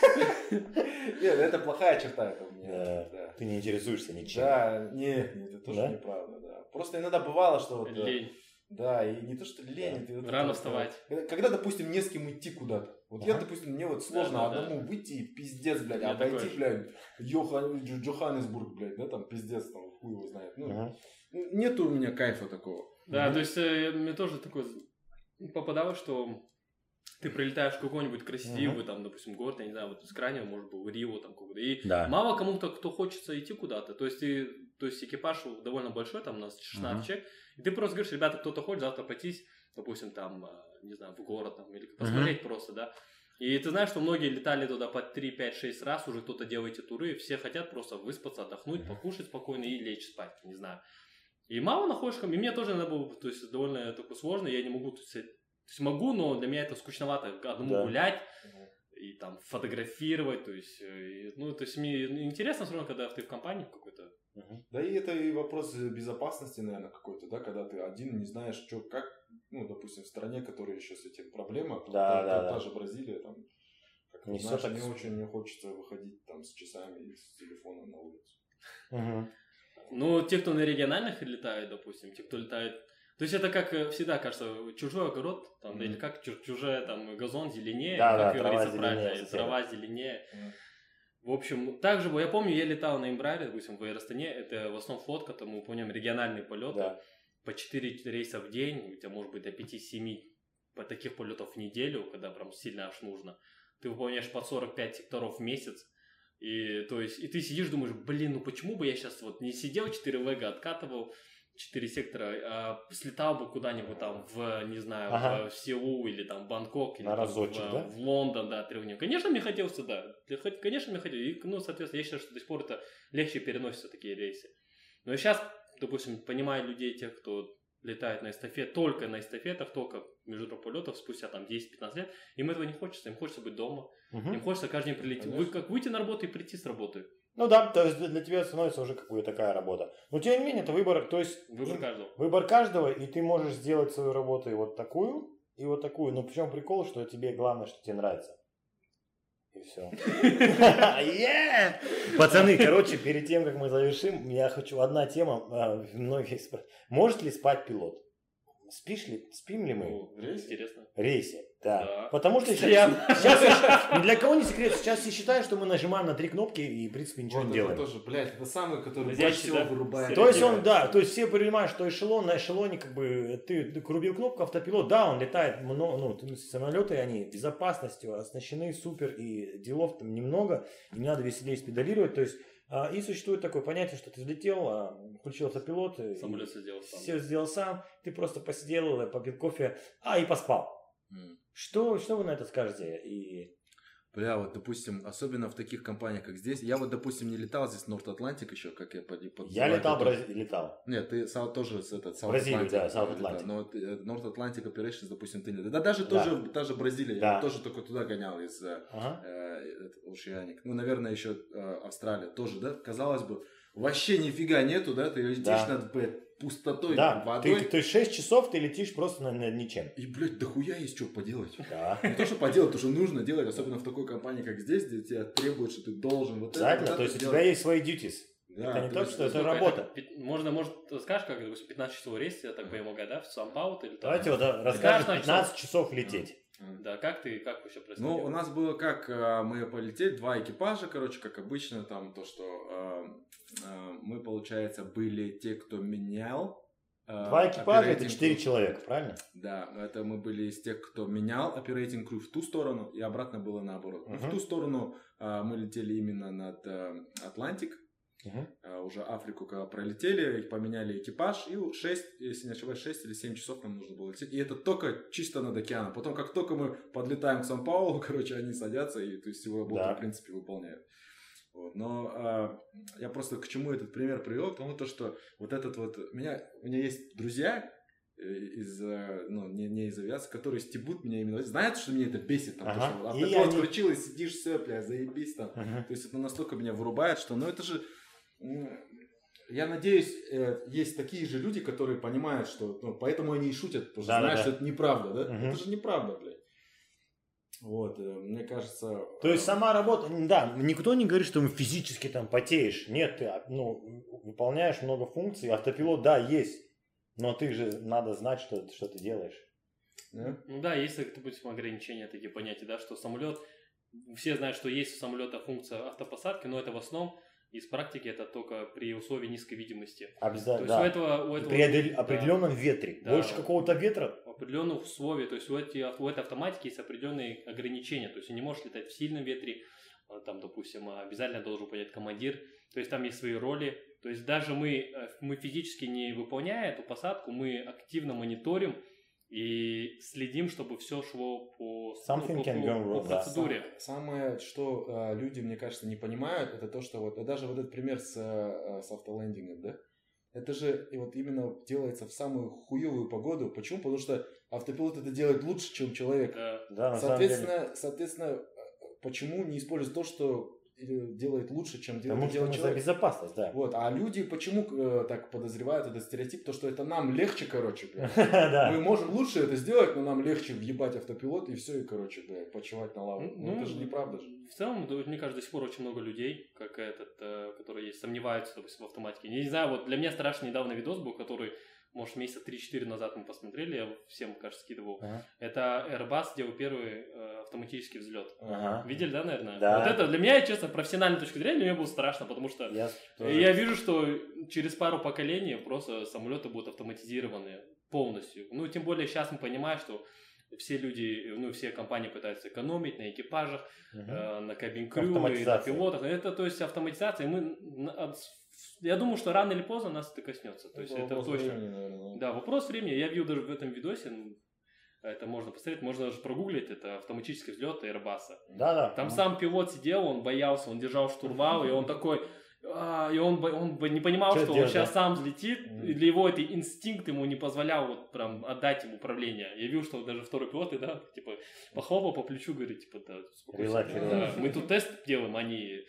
Нет, это плохая черта это у меня. Да. Да. Ты не интересуешься ничем. Да, нет, нет, это тоже Да? неправда, да. Просто иногда бывало, что вот... э, Лень. Да, и не то, что лень. это вот Рано это, вставать. Когда, когда, допустим, не с кем идти куда-то. Вот я, Ага. допустим, мне вот сложно Да, да, да. одному выйти и пиздец, блядь, Я а пойти, такой же. блядь, Йохан, Дж- Джоханнесбург, блядь, да, там пиздец, там хуй его знает. Ну, Ага. нету у меня кайфа такого. Да, Мгм. то есть э, мне тоже такое попадалось, что ты прилетаешь в какой-нибудь красивый, там, допустим, город, я не знаю, вот из крайнего, может быть, Рио, там, какой-то, и Да. мало кому-то, кто хочется идти куда-то, то есть ты, то есть экипаж довольно большой, там, у нас шестнадцать человек, и ты просто говоришь, ребята, кто-то хочет завтра пройтись, допустим, там, э, не знаю, в город, там, или посмотреть просто, да, и ты знаешь, что многие летали туда по три, пять, шесть раз, уже кто-то делает эти туры, все хотят просто выспаться, отдохнуть, покушать спокойно и лечь спать, не знаю. И мало находишь, и мне тоже надо было, то есть довольно такое сложно, я не могу, то есть, то есть могу, но для меня это скучновато, одному Да. гулять и там фотографировать, то есть, э, и, ну, то есть мне интересно все равно, когда ты в компании какой-то. Мгм. Да и это и вопрос безопасности, наверное, какой-то, да, когда ты один не знаешь, что, как, ну, допустим, в стране, которая еще с этим проблема, там, Да, та, да, та- да. та же Бразилия, там, как Не не всё знаешь, так не с- очень не хочется выходить там с часами и с телефоном на улицу. Мгм. Ну, те, кто на региональных летают, допустим, те, кто летает. То есть это как э, всегда кажется, чужой огород, там, Мгм. или как чу- чужая там газон зеленее, Да, как да, говорится трава правильно, зеленее, и трава соседа. зеленее. Мгм. В общем, также, я помню, я летал на Эмбраере, допустим, в Аэростане, это в основном флотка, там мы помним региональные полеты, Да. по четыре рейса в день, у тебя может быть до пяти-семи по таких полетов в неделю, когда прям сильно аж нужно. Ты выполняешь под сорок пять секторов в месяц, и, то есть, и ты сидишь, думаешь, блин, ну почему бы я сейчас вот не сидел, четыре вега откатывал, четыре сектора, а слетал бы куда-нибудь там в, не знаю, Ага. в, в Сеул или там в Бангкок, или На там разочек, в, да? в Лондон, да, трехдневно. Конечно, мне хотелось да. Для- хоть- Конечно, мне хотелось. И, ну, соответственно, я считаю, что до сих пор это легче переносятся такие рейсы. Но сейчас, допустим, понимаю людей, тех, кто летает на эстафет, только на эстафетах, только между полетов, спустя там десять-пятнадцать лет, им этого не хочется, им хочется быть дома, Мгм. им хочется каждый день прилететь, вы, Конечно. как выйти на работу и прийти с работы. Ну да, то есть для- для тебя становится уже как бы такая работа. Но тем не менее, это выбор, то есть Выбор им- каждого. выбор каждого, и ты можешь сделать свою работу и вот такую, и вот такую. Но причем прикол, что тебе главное, что тебе нравится. И все. Пацаны, короче, перед тем, как мы завершим, я хочу, одна тема, а, многие спрашивают, может ли спать пилот? Спишь ли, спим ли мы Ну, интересно. в рейсе? Да. Да. Потому что Постоянно. сейчас, сейчас я- ни для кого не секрет, сейчас все считают, что мы нажимаем на три кнопки и, в принципе, ничего Вот не это делаем. тоже, блядь, это самый, который Изящный, больше всего да? вырубает. То есть он, Делает. да, то есть все понимают, что эшелон, на эшелоне как бы ты, ты рубил кнопку, автопилот, да, он летает, много, ну, то есть самолеты, они безопасностью оснащены супер, и делов там немного, и не надо веселее спедалировать, то есть, а, и существует такое понятие, что ты взлетел, а, включил автопилот, и Самолет все сделал сам. все сделал сам, ты просто посидел, попил кофе, а, и поспал. М. Что, что вы на это скажете? И... Бля, вот, допустим, особенно в таких компаниях, как здесь. Я вот, допустим, не летал здесь North Atlantic еще, как я под, под- Я летал, под- Брази- летал. Нет, ты Сау- тоже с этот South Бразилию, Atlantic, да, South летал. Atlantic. Но вот, э, North Atlantic Operations, допустим, ты не летал. Да даже Да. тоже, та же Бразилия, Да. я тоже только туда гонял из э, Ага. э, этот Oceanic. Ну, наверное, еще э, Австралия тоже, да? Казалось бы, вообще нифига нету, да? Ты летишь Да. над блядь, пустотой, Да, водой. ты, то есть шесть часов ты летишь просто на, на ничем. И, блядь, дохуя есть что поделать. Да. Не то, что поделать, то, что нужно делать, особенно в такой компании, как здесь, где тебя требуют, что ты должен вот это, Обязательно, вот то это есть у делать. тебя есть свои duties. Да, это не то то, есть что это Сколько работа. пи- Можно, может, скажешь, как, допустим, пятнадцать часов рейс, я так понимаю, да, в Сан-Паут или там? Давайте вот да, Ты расскажем кажешь, пятнадцать часов лететь. Да, как ты, как вообще происходило? Ну, у нас было как, э, мы полетели, два экипажа, короче, как обычно, там то, что э, э, мы, получается, были те, кто менял. э, Два экипажа это operating четыре crew. человека, правильно? Да, это мы были из тех, кто менял operating crew в ту сторону, и обратно было наоборот. Но Мгм. в ту сторону э, мы летели именно над э, Атлантик. uh-huh. уже Африку, когда пролетели, поменяли экипаж, и шесть, если не ошибаюсь, шесть или семь часов нам нужно было лететь. И это только чисто над океаном. Потом, как только мы подлетаем к Сан-Паулу, короче, они садятся и, то есть, его работу, да. в принципе, выполняют. Вот. Но а, я просто к чему этот пример привел? К тому, то, что вот этот вот... Меня, у меня есть друзья из, ну, не, не из авиации, которые стебут меня именно. Знают, что меня это бесит? Там, ага. то, что автопилот они... включил и сидишь, все, бля, заебись там. Ага. То есть это настолько меня вырубает, что... Ну это же... Я надеюсь, есть такие же люди, которые понимают, что... Ну, поэтому они и шутят, потому что да, знают, да, что да. это неправда, да? Ага. Это же неправда, блядь. Вот, мне кажется... То есть сама работа, да, никто не говорит, что физически там потеешь. Нет, ты ну, выполняешь много функций, автопилот, да, есть. Но ты же надо знать, что, что ты делаешь. Да? Ну да, есть, допустим, ограничения, такие понятия, да, что самолет, все знают, что есть у самолета функция автопосадки, но это в основном из практики это только при условии низкой видимости. Обязательно, да. У этого, у этого, при да, определенном ветре, да, больше какого-то ветра. В определенных условиях, то есть у, эти, у этой автоматики есть определенные ограничения, то есть не можешь летать в сильном ветре, там, допустим, обязательно должен понять командир, то есть там есть свои роли. То есть даже мы, мы физически не выполняя эту посадку, мы активно мониторим и следим, чтобы все шло по, ну, по, по, по процедуре. Самое, что а, люди, мне кажется, не понимают, это то, что вот даже вот этот пример с, с автолендингом, да? Это же и вот именно делается в самую хуевую погоду. Почему? Потому что автопилот это делает лучше, чем человек. Да. Да, соответственно, соответственно, почему не использовать то, что делает лучше, чем делает, Потому делает что человек. За безопасность, да. Вот. А люди почему э, так подозревают этот стереотип? То, что это нам легче, короче, блядь. да. Мы можем лучше это сделать, но нам легче въебать автопилот и все, и, короче, блядь, почивать на лаву. Ну, это же неправда же. В целом, мне кажется, до сих пор очень много людей, как этот, э, которые есть, сомневаются, допустим, в автоматике. Я не знаю, вот для меня страшно недавно видос был, который, может, месяца три-четыре назад мы посмотрели, я всем, кажется, скидывал. Ага. Это Airbus делал первый э, автоматический взлет. Ага. Видели, да, наверное? Да. Вот это для меня, честно, профессиональной точки зрения, мне было страшно, потому что я, я вижу, что через пару поколений просто самолеты будут автоматизированы полностью. Ну, тем более сейчас мы понимаем, что все люди, ну, все компании пытаются экономить на экипажах, угу. э, на кабин-крю, на пилотах. Это, то есть, автоматизация. Мы... Я думаю, что рано или поздно нас это коснется. То есть это точно. Времени, наверное. Да, вопрос времени. Я видел даже в этом видосе, это можно посмотреть, можно даже прогуглить, это автоматический взлет Airbus. Да, да. Там сам пилот сидел, он боялся, он держал штурвал, и он такой, а, и он, он не понимал, что, что он сейчас сам взлетит, mm. и для его это инстинкт ему не позволял вот прям отдать ему управление. Я видел, что даже второй пилот, и, да, типа, похлопал по плечу, говорит, типа, да, спокойно. Мы тут тест делаем, они...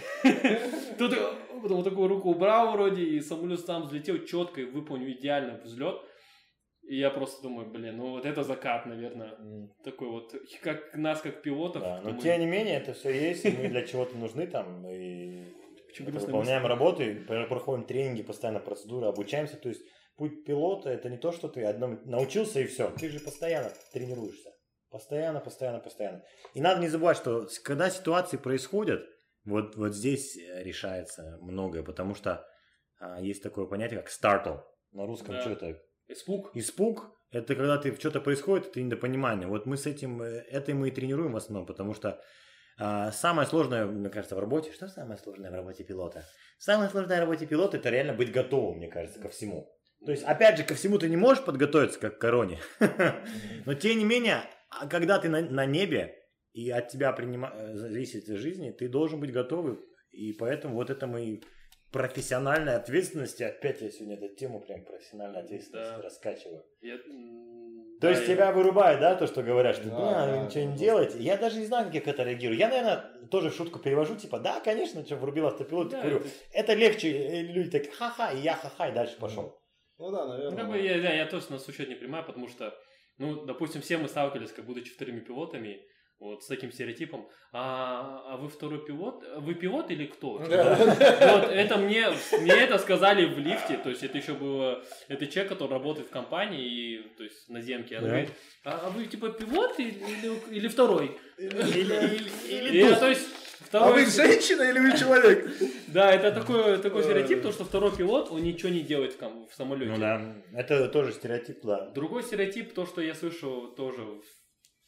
Тут потом такую руку убрал вроде, и самолет сам взлетел четко и выполнил идеально взлет. И я просто думаю, блин, ну вот это закат, наверное, mm. такой вот, как нас как пилотов. Да, но мы... тем не менее, это все есть, и мы для чего-то нужны там, и выполняем мысли? Работу, и проходим тренинги, постоянно процедуры, обучаемся. То есть путь пилота это не то, что ты одном научился и все, ты же постоянно тренируешься, постоянно, постоянно, постоянно. И надо не забывать, что когда ситуации происходят, Вот, вот здесь решается многое, потому что а, есть такое понятие, как startle. На русском да. что это? Испуг. Испуг – это когда ты, что-то происходит, это недопонимание. Вот мы с этим, это мы и тренируем в основном, потому что а, самое сложное, мне кажется, в работе, что самое сложное в работе пилота? Самое сложное в работе пилота – это реально быть готовым, мне кажется, ко всему. То есть, опять же, ко всему ты не можешь подготовиться, как к короне. Но, тем не менее, когда ты на, на небе, и от тебя принима... зависит жизни, ты должен быть готовым. И поэтому вот это мы профессиональная ответственность. Опять я сегодня эту тему прям профессиональной ответственности да. раскачиваю. Я... То да, есть я... тебя вырубает, да, то, что говорят, что да, да, вы ничего да, не делаете. Я даже не знаю, как я это реагирую. Я, наверное, тоже в шутку перевожу, типа, да, конечно, что врубил автопилот. Да, говорю, это... это легче, люди так, ха-ха, и я ха-ха, и дальше пошел. Ну да, наверное. Ну, как бы я, я, я тоже нас учет не принимаю, потому что, ну, допустим, все мы сталкивались, как будучи вторыми пилотами, вот с таким стереотипом. А, а вы второй пилот? Вы пилот или кто? Да. Вот это мне, мне это сказали в лифте, то есть это еще было, это человек, который работает в компании, и, то есть на земке. Она да. говорит, а, а вы типа пилот или, или, или второй? Или, или, или, или то есть второй... А вы женщина или вы человек? Да, это такой, такой стереотип, то, что второй пилот, он ничего не делает в, в самолете. Ну да, это тоже стереотип, да. Другой стереотип, то, что я слышал тоже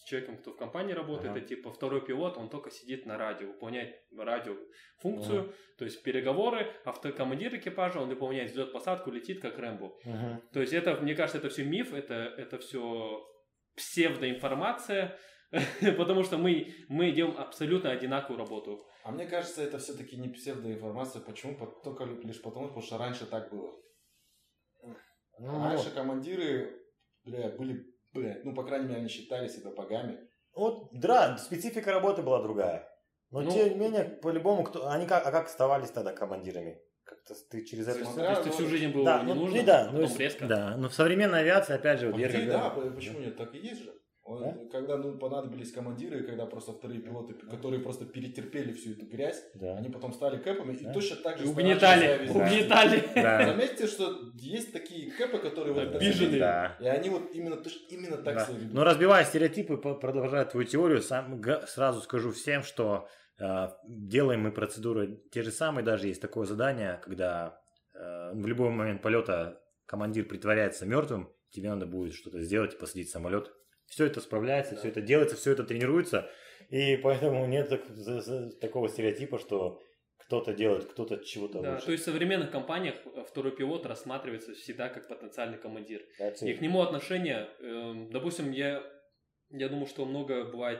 человеком, кто в компании работает, Ага. это типа второй пилот, он только сидит на радио, выполняет радиофункцию, Ага. то есть переговоры, автокомандир экипажа, он выполняет взлет-посадку, летит как Рэмбо. Мгм. То есть это, мне кажется, это все миф, это, это все псевдоинформация, потому что мы, мы делаем абсолютно одинаковую работу. А мне кажется, это все-таки не псевдоинформация. Почему? По- Только лишь потому, потому что раньше так было. Ну, Раньше командиры, бля, были, бля, ну, по крайней мере, они считали себя богами. вот, да, специфика работы была другая. Но Ну, тем не менее, по-любому, кто, они как, а как оставались тогда командирами? Как-то ты через это Смотря- всё- То есть ты всю жизнь был Да, не ну, нужен, и да, а ну, потом с- резко. да, но в современной авиации, опять же, вот По я идее, когда- да, почему нет? Так и есть же. Он- Да? Когда ну, понадобились командиры, когда просто вторые пилоты, которые просто перетерпели всю эту грязь, Да. они потом стали кэпами и Да. точно так же Угнетали, старались себя вести. угнетали. Да. Заметьте, что есть такие кэпы, которые вот Обиженные. Да. и они вот именно, то- именно так Да. себя ведут. Но разбивая стереотипы, по- продолжая твою теорию, сам, га- сразу скажу всем, что э, делаем мы процедуры те же самые, даже есть такое задание, когда э, в любой момент полета командир притворяется мертвым, тебе надо будет что-то сделать и посадить самолет. Все это справляется, все это делается, все это тренируется, и поэтому нет так- за- за- такого стереотипа, что кто-то делает, кто-то чего-то Да, лучше. то есть в современных компаниях второй пилот рассматривается всегда как потенциальный командир. That's it. И к нему отношение, эм, допустим, я, я думаю, что много бывает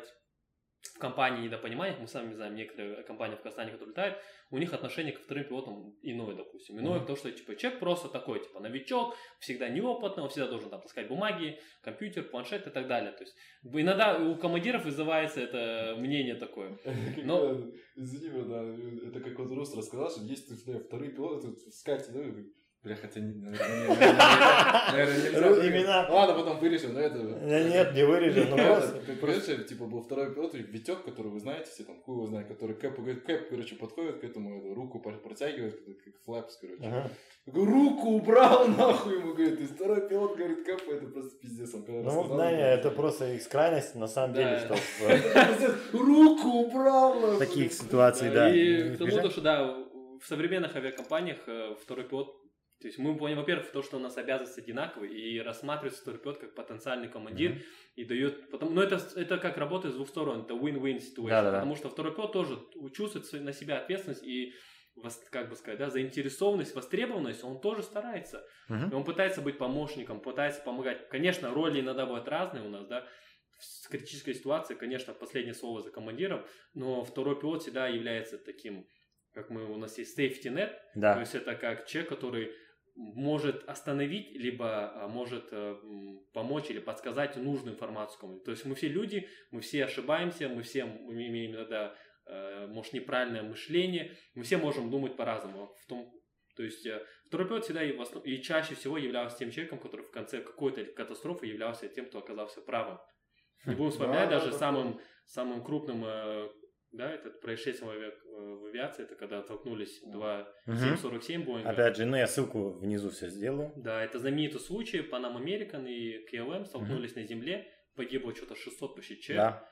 в компании недопониманий, мы сами знаем, некоторые компании в Казахстане, которые летают, у них отношение к вторым пилотам иное, допустим. Иное, Мгм. потому что типа, человек просто такой, типа новичок, всегда неопытный, он всегда должен там таскать бумаги, компьютер, планшет и так далее. То есть иногда у командиров вызывается это мнение такое. Но- Но... Извини, да, это как вот Рус рассказал, что есть бля, вторые пилоты, тут в скате, да, бля, хотя, не- наверное, не- наверное, наверное, нельзя. Ру- имена. Ладно, потом вырежем, но это... Э, Нет, не вырежем, ну просто. Это, как раньше, типа, был второй пилот, Витек, который вы знаете, все там, хуй его знает, который Кэп, говорит, Кэп, короче, подходит к этому, эту руку пор- протягивает, как, как флэпс, короче. Ага. Я говорю, руку убрал, нахуй, ему говорит, и второй пилот говорит, Кэп, это просто пиздец, он когда Ну, рассказал, да, он это говорит, просто из крайности, на самом деле, Да. что в «Это пиздец, руку убрал, нахуй». таких ситуациях, да. И не к тому, избежать. то, что да, в современных авиакомпаниях э, второй пилот, то есть мы поняли, во-первых, то, что у нас обязанности одинаковые, и рассматривается второй пилот как потенциальный командир, Мгм. и дает, потому, но это, это как работает с двух сторон, это win-win situation, Да-да-да. потому что второй пилот тоже чувствует на себя ответственность и, вос- как бы сказать, да, заинтересованность, востребованность, он тоже старается. Мгм. И он пытается быть помощником, пытается помогать. Конечно, роли иногда бывают разные у нас, да. В критической ситуации, конечно, последнее слово за командиром, но второй пилот всегда является таким, как мы, у нас есть safety net, то Да. есть это как человек, который может остановить, либо а, может э, м, помочь или подсказать нужную информацию кому-то. То есть мы все люди, мы все ошибаемся, мы все м- имеем иногда, э, может, неправильное мышление, мы все можем думать по-разному. В том, то есть э, второй пилот всегда и, в основ- и чаще всего являлся тем человеком, который в конце какой-то катастрофы являлся тем, кто оказался правым. Не будем вспоминать Да, даже да, самым, самым крупным э, да, это происшествие в, ави- в авиации, это когда толкнулись два Мгм. семь сорок семь Боинга. Опять же, ну я ссылку внизу все сделаю. Да, это знаменитый случай, Pan American и кей эл эм столкнулись на земле, погибло что-то шестьсот почти человек. Да.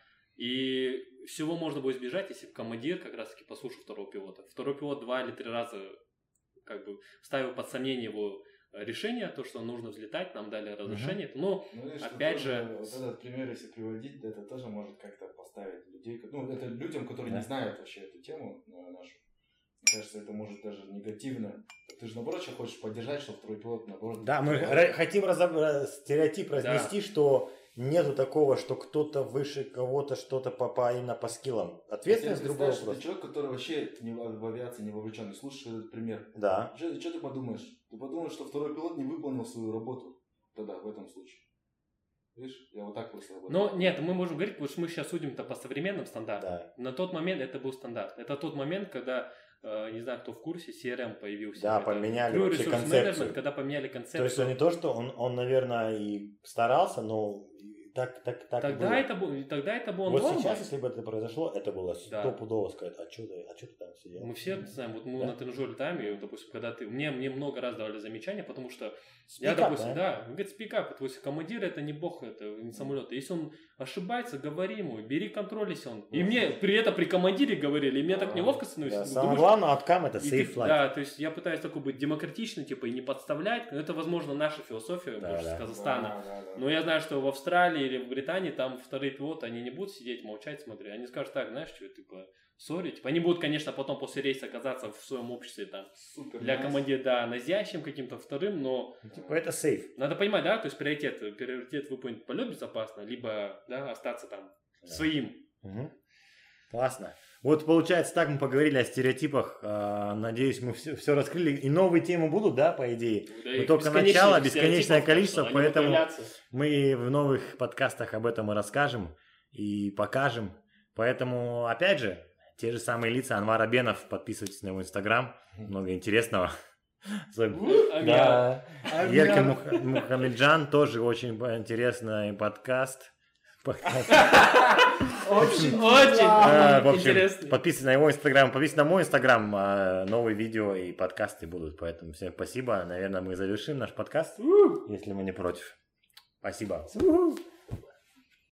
И всего можно было избежать, если бы командир как раз таки послушал второго пилота. Второй пилот два или три раза как бы ставил под сомнение его решение, то, что нужно взлетать, нам дали разрешение. Но Ну, видишь, тут опять тоже же, вот этот пример, если приводить, да, это тоже может как-то поставить людей, ко- ну, это людям, которые Да. не знают вообще эту тему э, нашу. Мне кажется, это может даже негативно. Ты же, наоборот, еще хочешь поддержать, что второй пилот, наоборот... Да, мы поддержал. ра- хотим разобрать стереотип Да. разнести, что нету такого, что кто-то выше кого-то что-то по, по именно по скиллам. Ответственность Если другой представь, что вопрос. ты человек, который вообще не в, в авиации не вовлечен, и слушаешь этот пример. Да. Что, что ты подумаешь? Ты подумаешь, что второй пилот не выполнил свою работу тогда, в этом случае. Видишь, я вот так просто... об этом но думаю. нет, мы можем говорить, потому что мы сейчас судим-то по современным стандартам. Да. На тот момент это был стандарт. Это тот момент, когда, э, не знаю, кто в курсе, си эр эм появился. Да, Это поменяли Crew вообще Resource концепцию. Management, когда поменяли концепцию. То есть он не то, что он, он наверное, и старался, но так, так, так и Тогда было. это, был, тогда это было Вот нормой. сейчас, если бы это произошло, это было Да. стопудово сказать, а что ты, а что ты там сидел? Мы все знаем, вот мы Да. на тренажере летаем, и, допустим, когда ты... Мне, мне много раз давали замечания, потому что Speak я, up, допустим, да? да, говорит, спикап, то есть командир это не бог, это не самолет. Если он ошибается, говори ему, бери контроль, если он... И мне при этом при командире говорили, и мне так неловко становится. Да, Думаешь, самое главное, откам это и safe ты- flight. Да, то есть я пытаюсь такой быть демократичным, типа, и не подставлять. Но это, возможно, наша философия Да, больше да. с Казахстана. Да, да, да. Но я знаю, что в Австралии Германии или в Британии, там вторые пилоты, они не будут сидеть, молчать, смотреть. Они скажут так, знаешь, что, типа, сори. Типа, они будут, конечно, потом после рейса оказаться в своем обществе, там, Супер для nice. командира, да, назящим каким-то вторым, но... Типа это сейф. Надо понимать, да, то есть приоритет, приоритет выполнить полет безопасно, либо, да, остаться там Да. своим. Угу. Классно. Вот получается так, мы поговорили о стереотипах. А, надеюсь, мы все, все раскрыли. И новые темы будут, да, по идее? Да, Но их только бесконечное начало, бесконечное стереотипов, количество, они поэтому появляться. мы в новых подкастах об этом и расскажем, и покажем. Поэтому, опять же, те же самые лица. Анвар Абенов, подписывайтесь на его инстаграм. Много интересного. Да. Еркин Мух- Мухамеджан, тоже очень интересный подкаст. Подкаст. Очень, А, в очень общем, интересный. подписывайтесь на его инстаграм, подписывайтесь на мой инстаграм, а, новые видео и подкасты будут. Поэтому всем спасибо. Наверное, мы завершим наш подкаст, если мы не против. Спасибо.